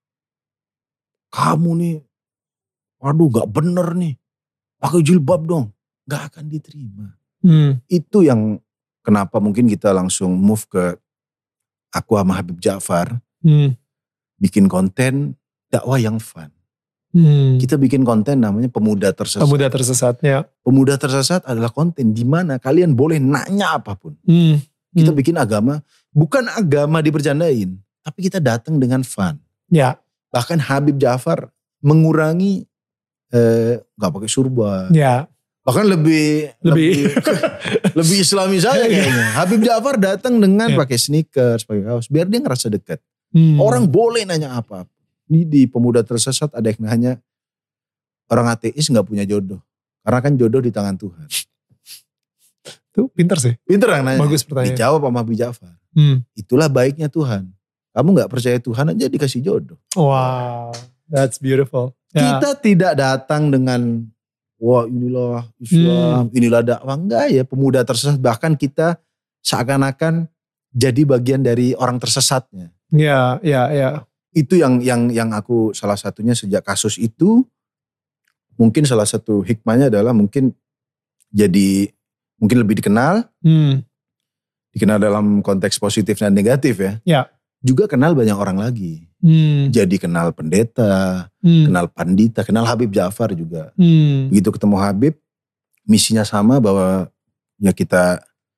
Kamu nih. Waduh gak bener nih. Pakai jilbab dong. Gak akan diterima. Itu yang kenapa mungkin kita langsung move ke aku sama Habib Ja'far. Bikin konten dakwah yang fun. Kita bikin konten namanya Pemuda Tersesat. Pemuda Tersesat ya. Pemuda Tersesat adalah konten di mana kalian boleh nanya apapun. Kita bikin agama, bukan agama dibercandain. Tapi kita datang dengan fun. Ya. Bahkan Habib Ja'far mengurangi gak pakai surban. Ya. Bahkan lebih lebih Islami saya kayaknya. Habib Ja'far datang dengan pakai sneakers, pakai kaos, biar dia ngerasa dekat. Orang boleh nanya apa. Ini di Pemuda Tersesat ada yang nanya, orang ateis gak punya jodoh. Karena kan jodoh di tangan Tuhan. Tuh pinter sih. Pinter yang nanya. Bagus pertanyaan. Dijawab sama Habib Ja'far. Itulah baiknya Tuhan. Kamu gak percaya Tuhan aja dikasih jodoh. Wow, that's beautiful. Kita tidak datang dengan, wah inilah Islam, inilah dakwah. Enggak ya, Pemuda Tersesat. Bahkan kita seakan-akan jadi bagian dari orang tersesatnya. Ya. Itu yang aku salah satunya sejak kasus itu. Mungkin salah satu hikmahnya adalah mungkin lebih dikenal. Dikenal dalam konteks positif dan negatif ya. Juga kenal banyak orang lagi. Jadi kenal pendeta, kenal pandita, kenal Habib Ja'far juga. Begitu ketemu Habib, misinya sama bahwa ya kita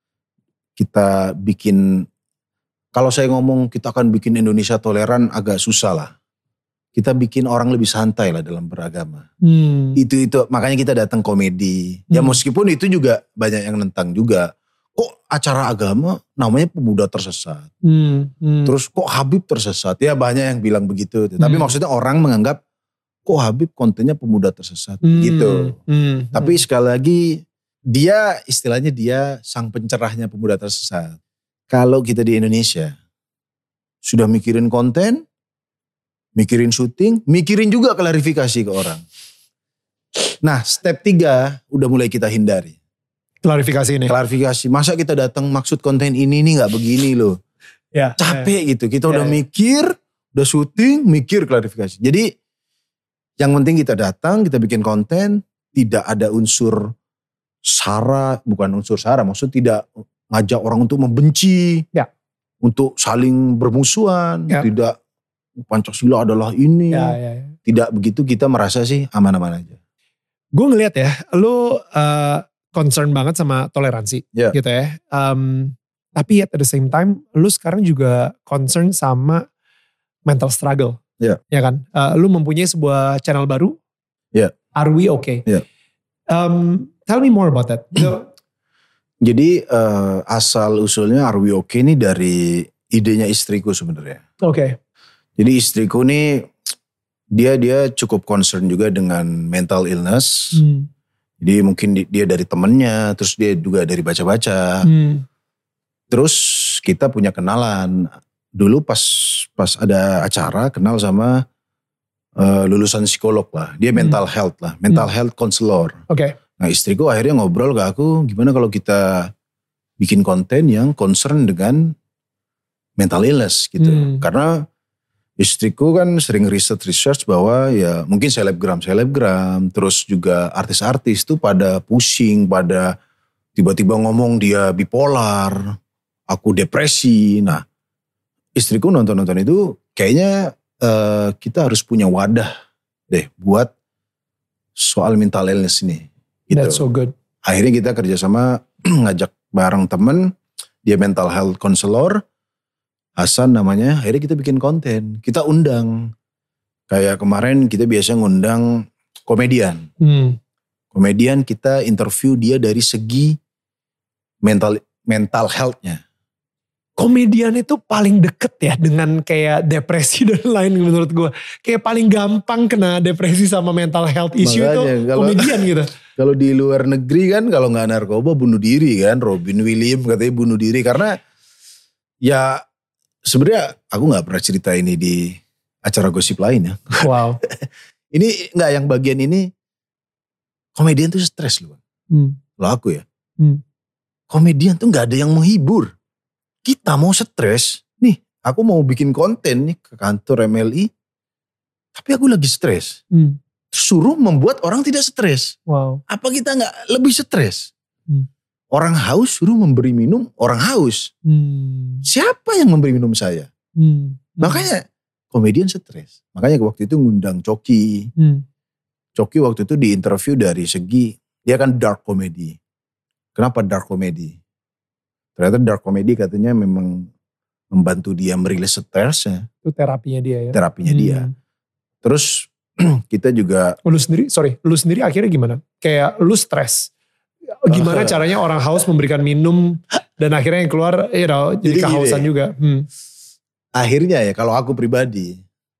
bikin, kalau saya ngomong kita akan bikin Indonesia toleran agak susah lah. Kita bikin orang lebih santai lah dalam beragama. Itu makanya kita datang komedi. Ya meskipun itu juga banyak yang nentang juga. Kok acara agama namanya Pemuda Tersesat. Terus kok Habib tersesat. Ya banyak yang bilang begitu. Tapi maksudnya orang menganggap kok Habib kontennya Pemuda Tersesat gitu. Tapi sekali lagi dia istilahnya dia sang pencerahnya Pemuda Tersesat. Kalau kita di Indonesia sudah mikirin konten, mikirin syuting, mikirin juga klarifikasi ke orang. Nah step 3 udah mulai kita hindari. Klarifikasi ini. Klarifikasi. Masa kita datang maksud konten ini gak begini loh. Capek gitu. Kita udah mikir, udah syuting, mikir klarifikasi. Jadi Yang penting kita datang, kita bikin konten, tidak ada unsur sara, bukan unsur sara, maksud tidak ngajak orang untuk membenci, untuk saling bermusuhan, tidak Pancasila adalah ini. Tidak begitu, kita merasa sih aman-aman aja. Gue ngeliat ya, lu concern banget sama toleransi gitu ya. Tapi at the same time, lu sekarang juga concern sama mental struggle. Ya kan? Lu mempunyai sebuah channel baru. Are we okay? Tell me more about that. Jadi asal usulnya Are We Okay ini dari idenya istriku sebenarnya. Oke. Jadi istriku nih dia cukup concern juga dengan mental illness. Jadi mungkin dia dari temennya, terus dia juga dari baca-baca. Terus kita punya kenalan. Dulu pas ada acara kenal sama lulusan psikolog lah. Dia mental health lah, mental health counselor. Oke. Nah istriku akhirnya ngobrol ke aku, gimana kalau kita bikin konten yang concern dengan mental illness gitu. Karena istriku kan sering research bahwa ya mungkin selebgram, terus juga artis-artis tuh pada pusing, pada tiba-tiba ngomong dia bipolar, aku depresi. Nah istriku nonton itu kayaknya kita harus punya wadah deh buat soal mental illness ini. Gitu. That's so good. Akhirnya kita kerjasama ngajak bareng temen, dia mental health counselor, Hasan namanya, akhirnya kita bikin konten. Kita undang, kayak kemarin kita biasa ngundang komedian. Komedian kita interview dia dari segi mental health-nya. Komedian itu paling deket ya dengan kayak depresi dan lain menurut gue. Kayak paling gampang kena depresi sama mental health issue. Makanya, itu komedian gitu. Kalau di luar negeri kan kalau gak narkoba bunuh diri kan. Robin Williams katanya bunuh diri karena ya sebenarnya aku gak pernah cerita ini di acara gosip lain ya. Wow. Ini gak, yang bagian ini komedian tuh stres loh. Loh aku ya. Komedian tuh gak ada yang menghibur. Kita mau stres, nih aku mau bikin konten nih ke kantor MLI, tapi aku lagi stres. Suruh membuat orang tidak stres. Wow. Apa kita gak lebih stres? Orang haus suruh memberi minum orang haus. Siapa yang memberi minum saya? Makanya komedian stres. Makanya waktu itu ngundang Coki. Coki waktu itu di interview dari segi, dia kan dark comedy. Kenapa dark comedy? Ternyata dark comedy katanya memang membantu dia merilis stresnya. Itu terapinya dia ya? Terapinya dia. Terus kita juga. Lu sendiri akhirnya gimana? Kayak lu stres. Gimana caranya orang haus memberikan minum dan akhirnya yang keluar jadi kehausan juga. Akhirnya ya kalau aku pribadi.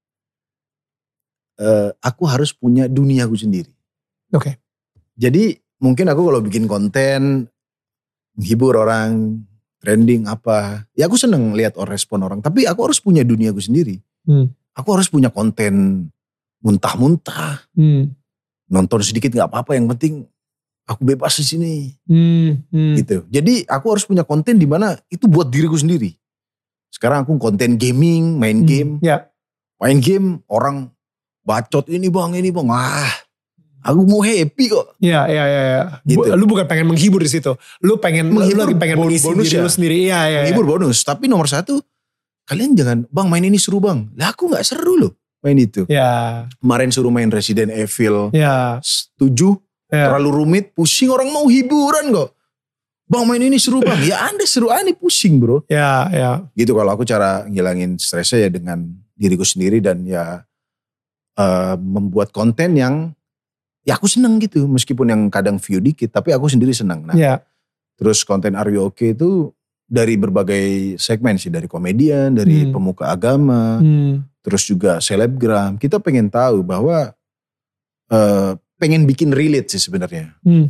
Aku harus punya duniaku sendiri. Oke. Jadi mungkin aku kalau bikin konten menghibur orang, trending apa. Ya aku seneng lihat respon orang. Tapi aku harus punya duniaku sendiri. Aku harus punya konten muntah-muntah. Nonton sedikit gak apa-apa. Yang penting aku bebas di sini. Gitu. Jadi aku harus punya konten di mana itu buat diriku sendiri. Sekarang aku konten gaming, main game. Main game orang bacot ini bang. Aku mau happy kok. Iya. Gitu. Lu bukan pengen menghibur di situ. Lu pengen menghibur, lu lagi pengen mengisi diri lu sendiri. Iya. Menghibur bonus. Tapi nomor satu, kalian jangan, bang main ini seru bang. Lah aku gak seru loh main itu. Iya. Kemarin suruh main Resident Evil. Iya. 7. Terlalu rumit, pusing, orang mau hiburan kok. Bang main ini seru bang. Ya anda seru, aneh pusing bro. Iya. Gitu kalau aku cara ngilangin stresnya ya dengan diriku sendiri dan ya membuat konten yang ya aku seneng gitu, meskipun yang kadang view dikit, tapi aku sendiri seneng. Nah, terus konten Are You Okay itu dari berbagai segmen sih, dari komedian, dari pemuka agama, terus juga selebgram. Kita pengen tahu bahwa, pengen bikin relate sih sebenarnya.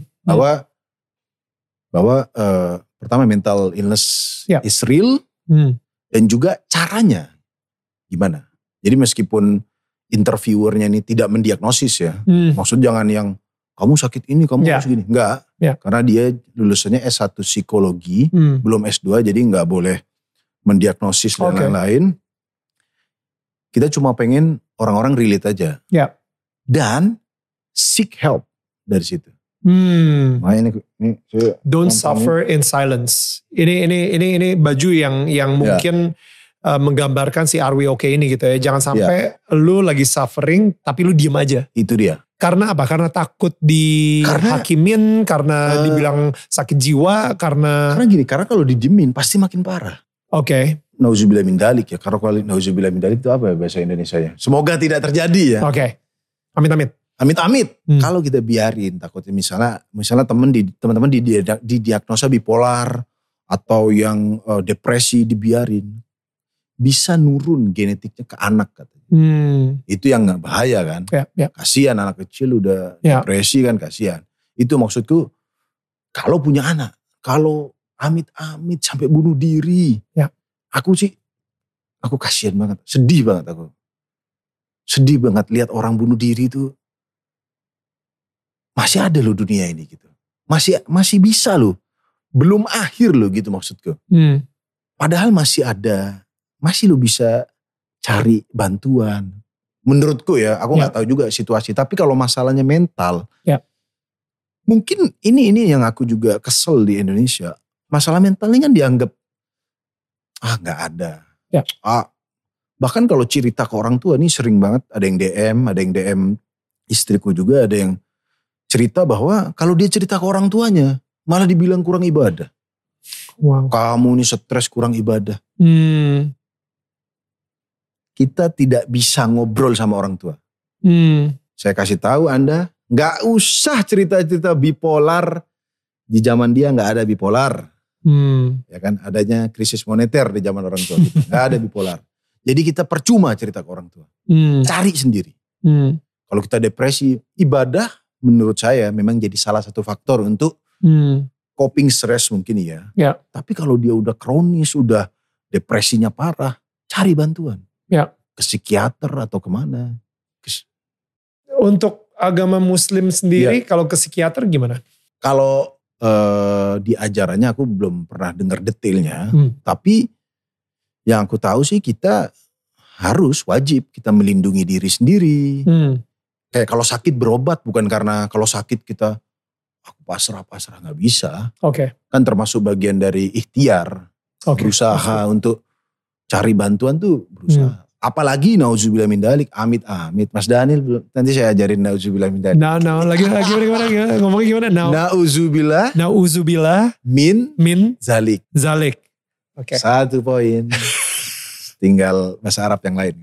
Bahwa pertama mental illness is real, dan juga caranya gimana. Jadi meskipun interviewernya ini tidak mendiagnosis ya. Maksud jangan yang kamu sakit ini, kamu harus gini. Enggak. Karena dia lulusannya S1 psikologi, belum S2 jadi enggak boleh mendiagnosis dan lain-lain. Kita cuma pengen orang-orang relate aja. Dan seek help dari situ. Makanya ini don't suffer in silence. Ini baju yang mungkin menggambarkan si Are We Okay ini gitu ya. Jangan sampai lu lagi suffering tapi lu diem aja. Itu dia. Karena apa? Karena takut dihakimin, karena dibilang sakit jiwa, karena kalau didiemin pasti makin parah. Oke. Nauzubillah min dalik ya. Karena kalau nauzubillah min dalik itu apa ya bahasa Indonesianya? Semoga tidak terjadi ya. Oke. Amit-amit. Amit-amit. Kalau kita biarin, takutnya misalnya teman-teman didiagnosa bipolar atau yang depresi dibiarin, bisa nurun genetiknya ke anak katanya. Itu yang nggak bahaya kan? Ya. Kasihan anak kecil udah depresi kan, kasihan. Itu maksudku, kalau punya anak, kalau amit-amit sampai bunuh diri, aku kasihan banget, sedih banget aku. Sedih banget lihat orang bunuh diri itu. Masih ada loh dunia ini gitu. Masih bisa loh. Belum akhir loh gitu maksudku. Padahal masih ada. Masih lo bisa cari bantuan. Menurutku ya, aku gak tahu juga situasi. Tapi kalau masalahnya mental. Mungkin ini yang aku juga kesel di Indonesia. Masalah mental ini kan dianggap, gak ada. Bahkan kalau cerita ke orang tua ini sering banget. Ada yang DM istriku juga, ada yang cerita bahwa kalau dia cerita ke orang tuanya malah dibilang kurang ibadah. Wow. Kamu ini stres kurang ibadah. Kita tidak bisa ngobrol sama orang tua. Saya kasih tahu Anda, gak usah cerita-cerita bipolar. Di zaman dia gak ada bipolar. Ya kan, adanya krisis moneter di zaman orang tua kita. Gak ada bipolar. Jadi kita percuma cerita ke orang tua. Cari sendiri. Kalau kita depresi, ibadah menurut saya memang jadi salah satu faktor untuk coping stress mungkin ya. Tapi kalau dia udah kronis, udah depresinya parah, cari bantuan. Ke psikiater atau kemana. Untuk agama Muslim sendiri, kalau ke psikiater gimana? Kalau di ajarannya aku belum pernah dengar detailnya. Tapi yang aku tahu sih kita wajib kita melindungi diri sendiri. Kayak kalau sakit berobat, bukan karena kalau sakit kita aku pasrah gak bisa. Kan termasuk bagian dari ikhtiar. Berusaha untuk cari bantuan tuh berusaha. Apalagi nauzubillah min dalik, amit-amit. Mas Daniel nanti saya ajarin nauzubillah min dalik. Lagi gimana? Ngomongnya gimana? Nauzubillah min zalik. Oke. 1 poin. Tinggal bahasa Arab yang lain.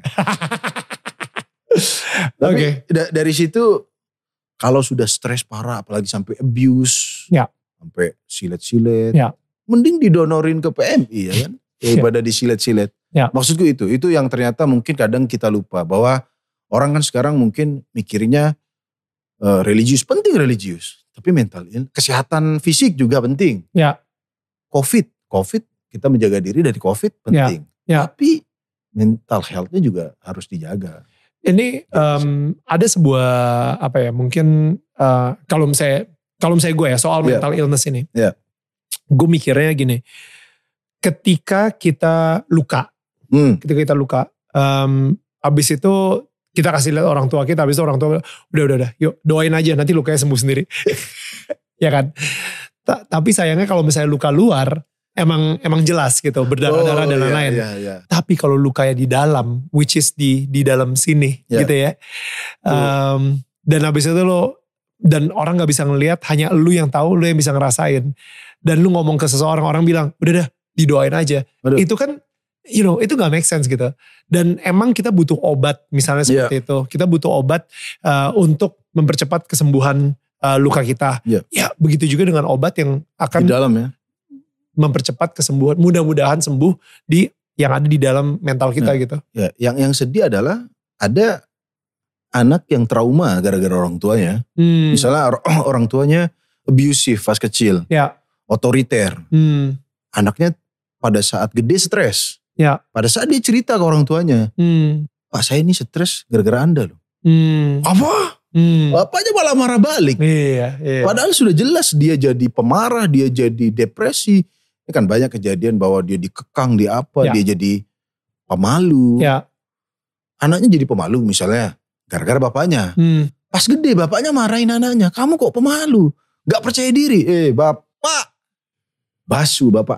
Tapi dari situ kalau sudah stres parah, apalagi sampai abuse, sampai silet-silet, mending didonorin ke PMI ya kan, daripada disilet-silet. Maksudku itu yang ternyata mungkin kadang kita lupa bahwa orang kan sekarang mungkin mikirnya religius, penting religius, tapi mental, kesehatan fisik juga penting. COVID kita menjaga diri dari COVID penting, tapi mental health-nya juga harus dijaga. Ini ada sebuah mungkin kalau misalnya gue ya soal mental illness ini, gue mikirnya gini, ketika kita luka, habis itu kita kasih lihat orang tua kita, habis itu orang tua udah, yuk doain aja nanti lukanya sembuh sendiri, ya kan? Tapi sayangnya kalau misalnya luka luar, emang jelas gitu berdarah-darah dan lain-lain. Tapi kalau lukanya di dalam, which is di dalam sini gitu ya. Dan habis itu dan orang gak bisa ngelihat, hanya lu yang tahu, lu yang bisa ngerasain. Dan lu ngomong ke seseorang, orang bilang udah dah didoain aja. Itu kan itu gak make sense gitu. Dan emang kita butuh obat misalnya seperti itu. Kita butuh obat untuk mempercepat kesembuhan luka kita. Ya begitu juga dengan obat yang akan di dalam ya, mempercepat kesembuhan, mudah-mudahan sembuh yang ada di dalam mental kita gitu. Ya, yang sedih adalah ada anak yang trauma gara-gara orang tuanya. Misalnya orang tuanya abusive pas kecil, otoriter. Anaknya pada saat gede stres. Pada saat dia cerita ke orang tuanya, Pak saya ini stres gara-gara Anda loh. Apa? Bapaknya malah marah balik. Padahal sudah jelas dia jadi pemarah, dia jadi depresi. Ini kan banyak kejadian bahwa dia dikekang, dia jadi pemalu. Anaknya jadi pemalu misalnya Gara-gara bapaknya. Pas gede bapaknya marahin anaknya. Kamu kok pemalu? Gak percaya diri. Bapak. Basu bapak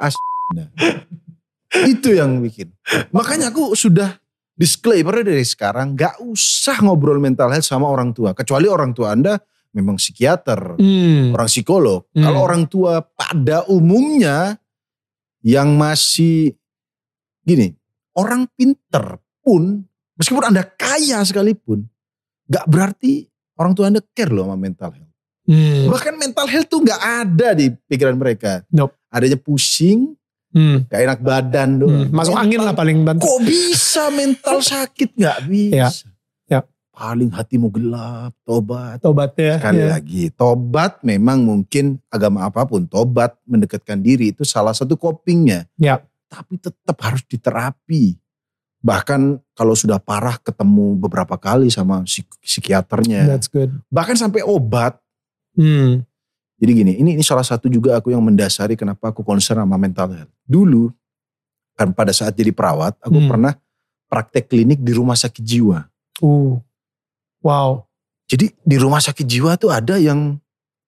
Itu yang bikin. Makanya aku sudah disclaimer dari sekarang. Gak usah ngobrol mental health sama orang tua. Kecuali orang tua Anda memang psikiater. Orang psikolog. Kalau orang tua pada umumnya yang masih gini. Orang pinter pun. Meskipun Anda kaya sekalipun. Gak berarti orang tua Anda care loh sama mental health. Bahkan mental health tuh gak ada di pikiran mereka. Nope. Adanya pusing. Gak enak badan doang. Masuk angin lah paling bantu. Kok bisa mental sakit? Gak bisa. Ya. Paling hatimu gelap. Tobat. Tobat ya. Sekali lagi. Tobat memang mungkin agama apapun. Tobat mendekatkan diri itu salah satu copingnya. Ya. Tapi tetap harus diterapi. Bahkan kalau sudah parah ketemu beberapa kali sama psikiaternya. That's good. Bahkan sampai obat. Jadi gini, ini salah satu juga aku yang mendasari kenapa aku concern sama mental health. Dulu, kan pada saat jadi perawat, aku pernah praktek klinik di rumah sakit jiwa. Wow. Jadi di rumah sakit jiwa tuh ada yang,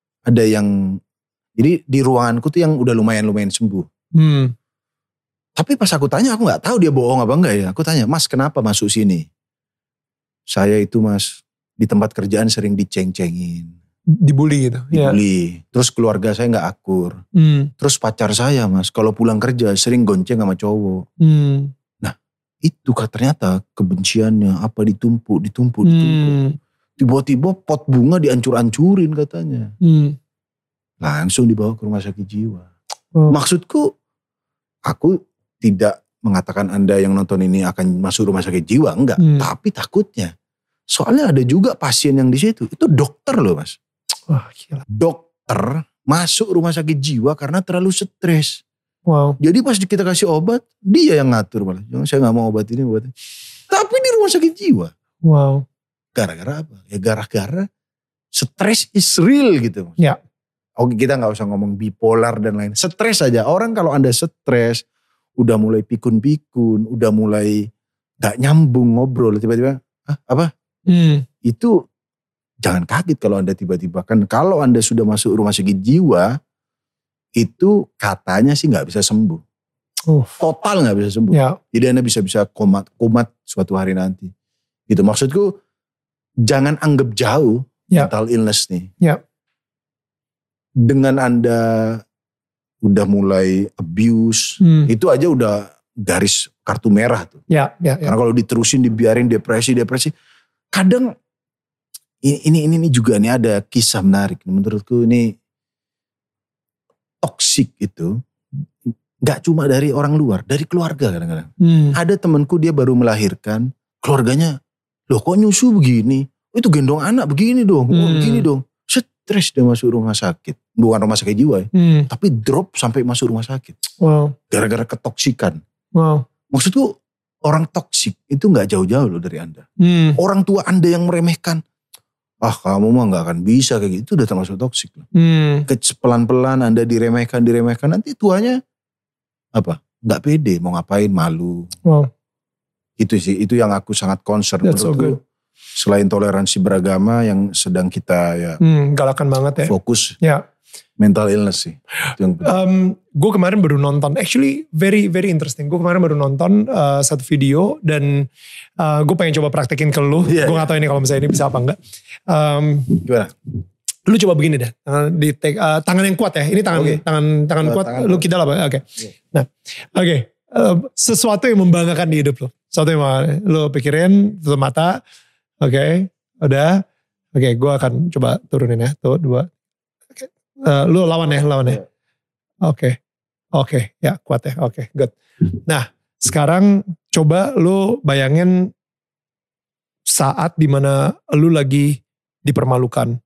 jadi di ruanganku tuh yang udah lumayan sembuh. Tapi pas aku tanya, aku gak tahu dia bohong apa enggak ya. Aku tanya, Mas kenapa masuk sini? Saya itu Mas, di tempat kerjaan sering diceng-cengin. Dibully gitu. Dibully. Terus keluarga saya gak akur. Terus pacar saya Mas, kalau pulang kerja sering gonceng sama cowok. Nah itu ternyata kebenciannya apa ditumpuk. Tiba-tiba pot bunga dihancur-hancurin katanya. Langsung dibawa ke rumah sakit jiwa. Maksudku, aku tidak mengatakan Anda yang nonton ini akan masuk rumah sakit jiwa, enggak. Tapi takutnya. Soalnya ada juga pasien yang di situ, itu dokter loh Mas. Wah, gila. Dokter masuk rumah sakit jiwa karena terlalu stres. Wow. Jadi pas kita kasih obat, dia yang ngatur malah. Jangan, saya gak mau obat ini. Tapi di rumah sakit jiwa. Wow. Gara-gara apa? Ya gara-gara stres is real gitu. Ya. Oke, kita gak usah ngomong bipolar dan lain. Stres aja. Orang kalau Anda stres, udah mulai pikun-pikun, udah mulai gak nyambung ngobrol. Tiba-tiba, apa? Itu jangan kaget kalau Anda tiba-tiba. Kan kalau Anda sudah masuk rumah sakit jiwa, itu katanya sih gak bisa sembuh. Total gak bisa sembuh. Ya. Jadi Anda bisa komat suatu hari nanti. Gitu, maksudku jangan anggap jauh mental illness nih. Ya. Dengan Anda udah mulai abuse, itu aja udah garis kartu merah tuh. Ya. Karena kalau diterusin dibiarin depresi. Kadang ini juga nih ada kisah menarik. Menurutku ini toksik itu gak cuma dari orang luar, dari keluarga kadang-kadang. Ada temanku dia baru melahirkan, keluarganya, loh kok nyusu begini? Itu gendong anak begini dong, begini dong. Stres dia masuk rumah sakit. Bukan rumah sakit jiwa ya. Tapi drop sampai masuk rumah sakit. Wow. Gara-gara ketoksikan. Wow. Maksudku orang toksik itu gak jauh-jauh loh dari Anda. Orang tua Anda yang meremehkan. Kamu mah gak akan bisa kayak gitu. Itu udah termasuk toksik loh. Pelan-pelan Anda diremehkan. Nanti tuanya apa? Gak pede. Mau ngapain, malu. Wow. Itu sih. Itu yang aku sangat concern. That's so good. Selain toleransi beragama yang sedang kita galakan banget ya. Fokus. Ya. Mental illness sih. Gue kemarin baru nonton, actually very very interesting. Gue kemarin baru nonton satu video dan gue pengen coba praktekin ke lu. Gue gak tahu ini kalau misalnya ini bisa apa enggak. Gimana? Lu coba begini deh, tangan yang kuat ya. Ini tangan kuat. Lu kidal apa? Oke. Nah, oke. Sesuatu yang membanggakan di hidup lu. Sesuatu yang lu pikirin, tutup mata. Oke, udah. Oke, gue akan coba turunin ya. Tuh, 2. Oke. Lu lawan ya. Oke, ya kuat ya. Oke, good. Nah, sekarang coba lu bayangin saat dimana lu lagi dipermalukan.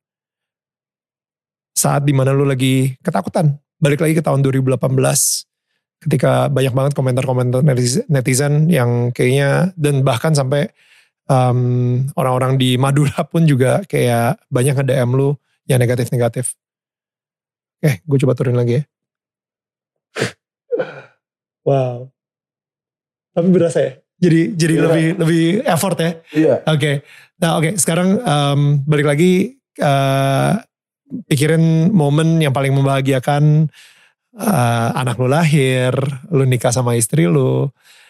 Saat dimana lu lagi ketakutan. Balik lagi ke tahun 2018. Ketika banyak banget komentar-komentar netizen yang kayaknya, dan bahkan sampai orang-orang di Madura pun juga kayak banyak nge-DM lu yang negatif-negatif. Gue coba turunin lagi ya. Wow. Tapi berasa ya? Jadi lebih effort ya. Iya. Oke. Nah sekarang balik lagi pikirin momen yang paling membahagiakan, anak lu lahir, lu nikah sama istri lu,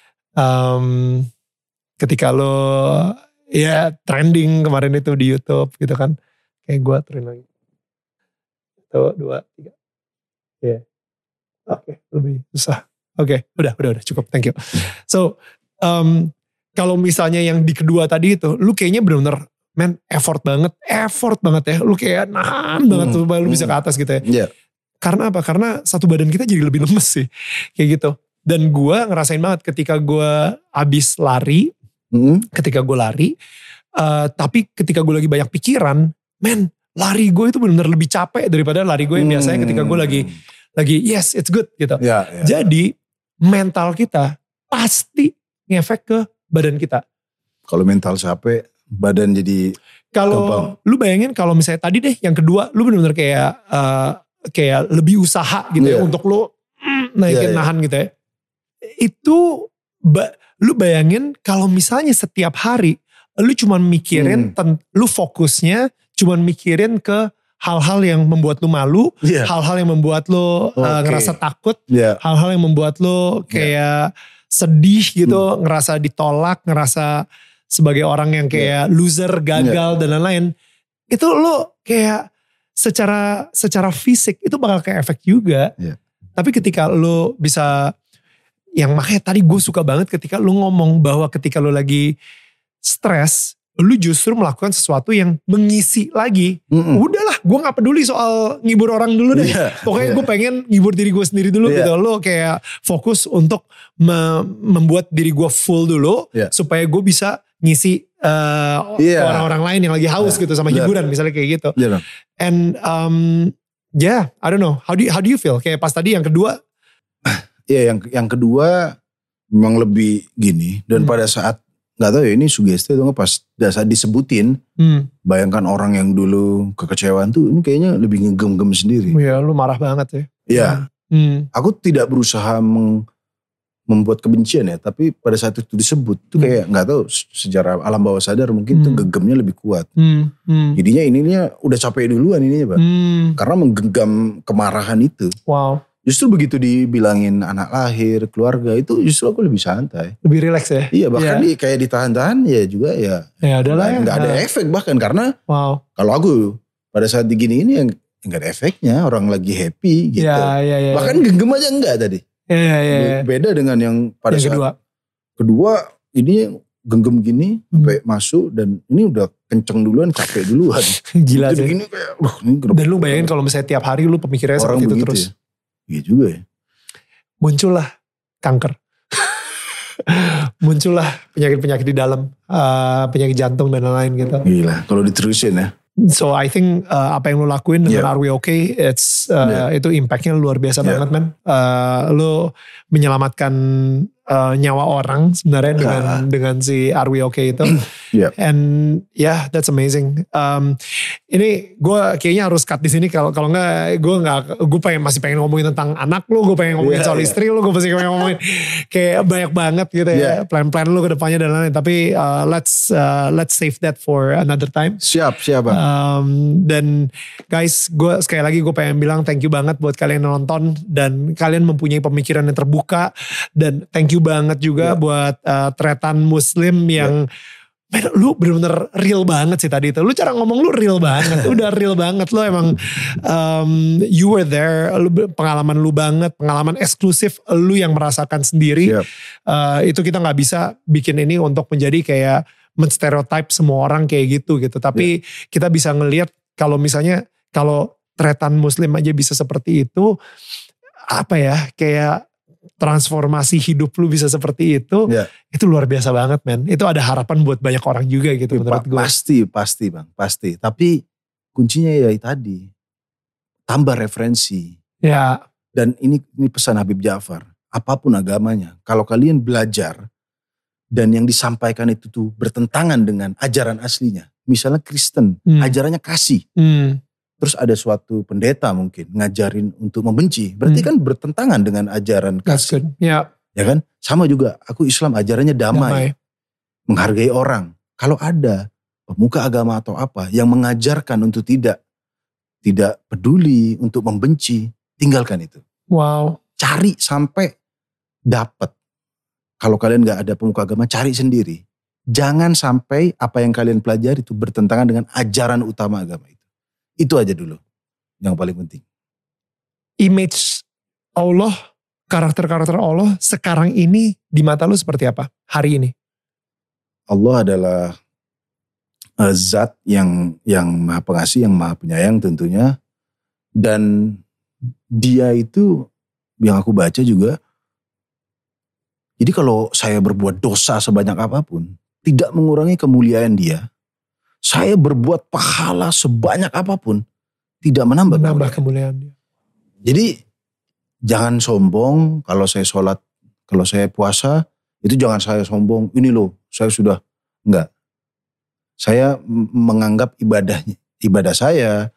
ketika lu ya trending kemarin itu di YouTube gitu kan. Kayak gue turun lagi. 1, 2, 3. Iya. Oke, lebih susah. Oke, udah cukup, thank you. So, kalau misalnya yang di kedua tadi itu, lu kayaknya bener-bener, effort banget ya. Lu kayak nahan banget supaya lu bisa ke atas gitu ya. Yeah. Karena apa? Karena satu badan kita jadi lebih lemes sih, kayak gitu. Dan gue ngerasain banget ketika gue abis lari, tapi ketika gue lagi banyak pikiran, lari gue itu bener-bener lebih capek daripada lari gue yang biasanya ketika gue lagi yes it's good gitu. Jadi mental kita pasti ngefek ke badan kita. Kalau mental capek, badan jadi kalau lu bayangin kalau misalnya tadi deh yang kedua, lu bener-bener kayak lebih usaha gitu ya untuk lu naikin nahan gitu ya. Itu lu bayangin kalau misalnya setiap hari lu cuman mikirin, lu fokusnya cuman mikirin ke hal-hal yang membuat lu malu, hal-hal yang membuat lu ngerasa takut, hal-hal yang membuat lu kayak sedih gitu, ngerasa ditolak, ngerasa sebagai orang yang kayak loser, gagal dan lain-lain. Itu lu kayak secara fisik itu bakal kayak efek juga. Tapi ketika lu bisa, yang makanya tadi gue suka banget ketika lu ngomong bahwa ketika lu lagi stres, lu justru melakukan sesuatu yang mengisi lagi. Udahlah, gue gak peduli soal ngibur orang dulu deh. Pokoknya gue pengen ngibur diri gue sendiri dulu gitu. Lu kayak fokus untuk membuat diri gue full dulu. Supaya gue bisa ngisi ke orang-orang lain yang lagi haus gitu sama hiburan misalnya kayak gitu. And I don't know. How do you feel? Kayak pas tadi yang kedua. Yang kedua memang lebih gini. Dan pada saat, gak tahu ya ini sugesti atau pas saat disebutin, bayangkan orang yang dulu kekecewaan tuh ini kayaknya lebih ngegem-gem sendiri. Iya, lu marah banget ya. Iya. Aku tidak berusaha membuat kebencian ya, tapi pada saat itu disebut tuh kayak gak tahu secara alam bawah sadar mungkin tuh gegemnya lebih kuat. Jadinya ininya udah capek duluan ininya Pak. Karena menggenggam kemarahan itu. Wow. Justru begitu dibilangin anak lahir, keluarga itu justru aku lebih santai. Lebih rileks ya? Iya bahkan kayak ditahan-tahan ya juga ya. Ya adalah gak ada efek bahkan karena kalau aku pada saat digini ini gak ada efeknya, orang lagi happy gitu. Bahkan genggam aja enggak tadi. Beda dengan yang pada yang saat kedua ini genggam gini sampai masuk dan ini udah kenceng duluan, capek duluan. Gila sih. Gini kayak, dan lu bayangin kalau misalnya tiap hari lu pemikirannya seperti itu terus. Ya. Iya juga ya. Muncullah kanker. Muncullah penyakit-penyakit di dalam. Penyakit jantung dan lain-lain gitu. Gila kalau diterusin ya. So I think apa yang lu lakuin dengan Are We Okay, itu impactnya luar biasa banget man. Lu menyelamatkan nyawa orang sebenarnya dengan si Are We Okay itu. And that's amazing. Ini gue kayaknya harus cut di sini kalau enggak gue masih pengen ngomongin tentang anak lu, gue pengen ngomongin soal istri lu, gue masih pengen ngomongin kayak banyak banget gitu ya plan-plan lu ke depannya dan lain-lain. Tapi let's save that for another time. Siap. Dan guys, gue sekali lagi gue pengen bilang thank you banget buat kalian yang nonton dan kalian mempunyai pemikiran yang terbuka dan thank you banget juga buat Tretan Muslim yang lu bener-bener real banget sih tadi itu. Lu cara ngomong lu real banget. Udah real banget. Lu emang you were there. Pengalaman lu banget. Pengalaman eksklusif lu yang merasakan sendiri. Itu kita gak bisa bikin ini untuk menjadi kayak menstereotype semua orang kayak gitu. Tapi kita bisa ngelihat kalau misalnya kalau Tretan Muslim aja bisa seperti itu. Apa ya kayak transformasi hidup lu bisa seperti itu, itu luar biasa banget men. Itu ada harapan buat banyak orang juga gitu menurut gue. Pasti bang, pasti. Tapi kuncinya ya tadi, tambah referensi. Dan ini pesan Habib Ja'far, apapun agamanya, kalau kalian belajar dan yang disampaikan itu tuh bertentangan dengan ajaran aslinya. Misalnya Kristen, ajarannya kasih. Terus ada suatu pendeta mungkin ngajarin untuk membenci. Berarti kan bertentangan dengan ajaran kasih. Ya kan? Sama juga, aku Islam ajarannya damai. Menghargai orang. Kalau ada pemuka agama atau apa yang mengajarkan untuk tidak peduli, untuk membenci, tinggalkan itu. Wow. Cari sampai dapat. Kalau kalian gak ada pemuka agama, cari sendiri. Jangan sampai apa yang kalian pelajari itu bertentangan dengan ajaran utama agama itu. Itu aja dulu yang paling penting. Image Allah, karakter-karakter Allah sekarang ini di mata lu seperti apa hari ini? Allah adalah zat yang maha pengasih, yang maha penyayang tentunya. Dan dia itu yang aku baca juga, jadi kalau saya berbuat dosa sebanyak apapun, tidak mengurangi kemuliaan dia. Saya berbuat pahala sebanyak apapun, tidak menambah kemuliaan dia. Jadi jangan sombong kalau saya sholat, kalau saya puasa, itu jangan saya sombong, ini loh saya sudah, enggak. Saya menganggap ibadah saya,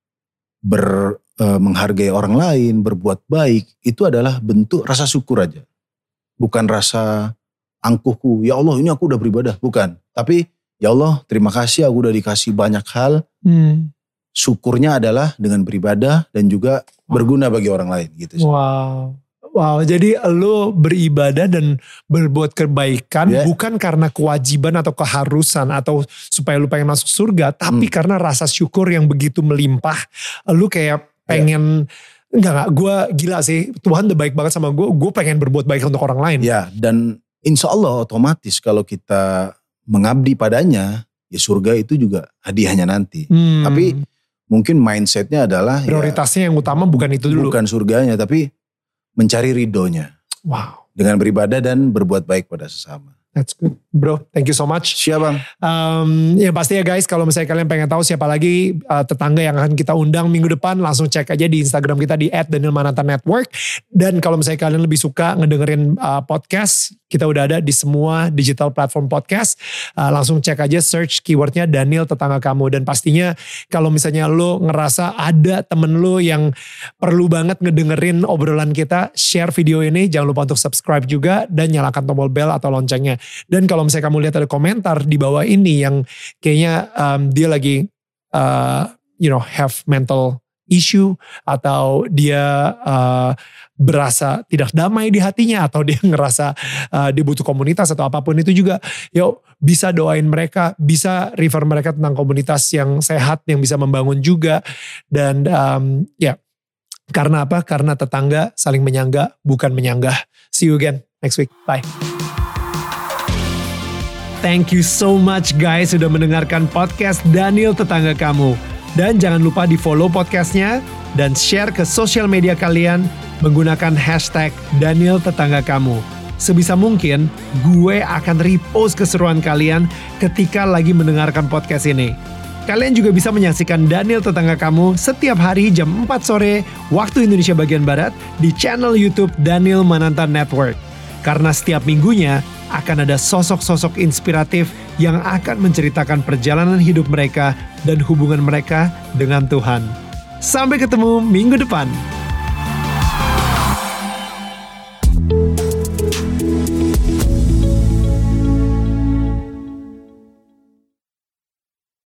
menghargai orang lain, berbuat baik, itu adalah bentuk rasa syukur aja. Bukan rasa angkuhku, ya Allah ini aku udah beribadah, bukan. Tapi ya Allah terima kasih aku udah dikasih banyak hal. Syukurnya adalah dengan beribadah dan juga berguna bagi orang lain gitu. Wow, jadi lo beribadah dan berbuat kebaikan bukan karena kewajiban atau keharusan atau supaya lo pengen masuk surga, tapi karena rasa syukur yang begitu melimpah. Lo kayak pengen, enggak, gue gila sih, Tuhan udah baik banget sama gue pengen berbuat baik untuk orang lain. Ya, dan insya Allah otomatis kalau kita mengabdi padanya, ya surga itu juga hadiahnya nanti. Tapi mungkin mindsetnya adalah prioritasnya yang utama bukan itu dulu. Bukan surganya, tapi mencari ridhonya. Wow. Dengan beribadah dan berbuat baik pada sesama. That's good, bro. Thank you so much. Siap bang. Ya pasti ya guys, kalau misalnya kalian pengen tahu siapa lagi tetangga yang akan kita undang minggu depan, langsung cek aja di Instagram kita di @danielmananta_network. Dan kalau misalnya kalian lebih suka ngedengerin podcast, kita udah ada di semua digital platform podcast. Langsung cek aja, search keywordnya Daniel Tetangga Kamu. Dan pastinya kalau misalnya lo ngerasa ada temen lo yang perlu banget ngedengerin obrolan kita, share video ini. Jangan lupa untuk subscribe juga dan nyalakan tombol bell atau loncengnya. Dan kalau misalnya kamu lihat ada komentar di bawah ini yang kayaknya dia lagi have mental issue, atau dia berasa tidak damai di hatinya, atau dia ngerasa dia butuh komunitas atau apapun itu juga, yuk bisa doain mereka, bisa refer mereka tentang komunitas yang sehat, yang bisa membangun juga. Dan karena apa? Karena tetangga saling menyangga, bukan menyanggah. See you again next week. Bye. Thank you so much guys sudah mendengarkan podcast Daniel Tetangga Kamu. Dan jangan lupa di follow podcastnya dan share ke sosial media kalian menggunakan hashtag Daniel Tetangga Kamu. Sebisa mungkin gue akan repost keseruan kalian ketika lagi mendengarkan podcast ini. Kalian juga bisa menyaksikan Daniel Tetangga Kamu setiap hari jam 4 sore waktu Indonesia bagian Barat di channel YouTube Daniel Mananta Network. Karena setiap minggunya akan ada sosok-sosok inspiratif yang akan menceritakan perjalanan hidup mereka dan hubungan mereka dengan Tuhan. Sampai ketemu minggu depan.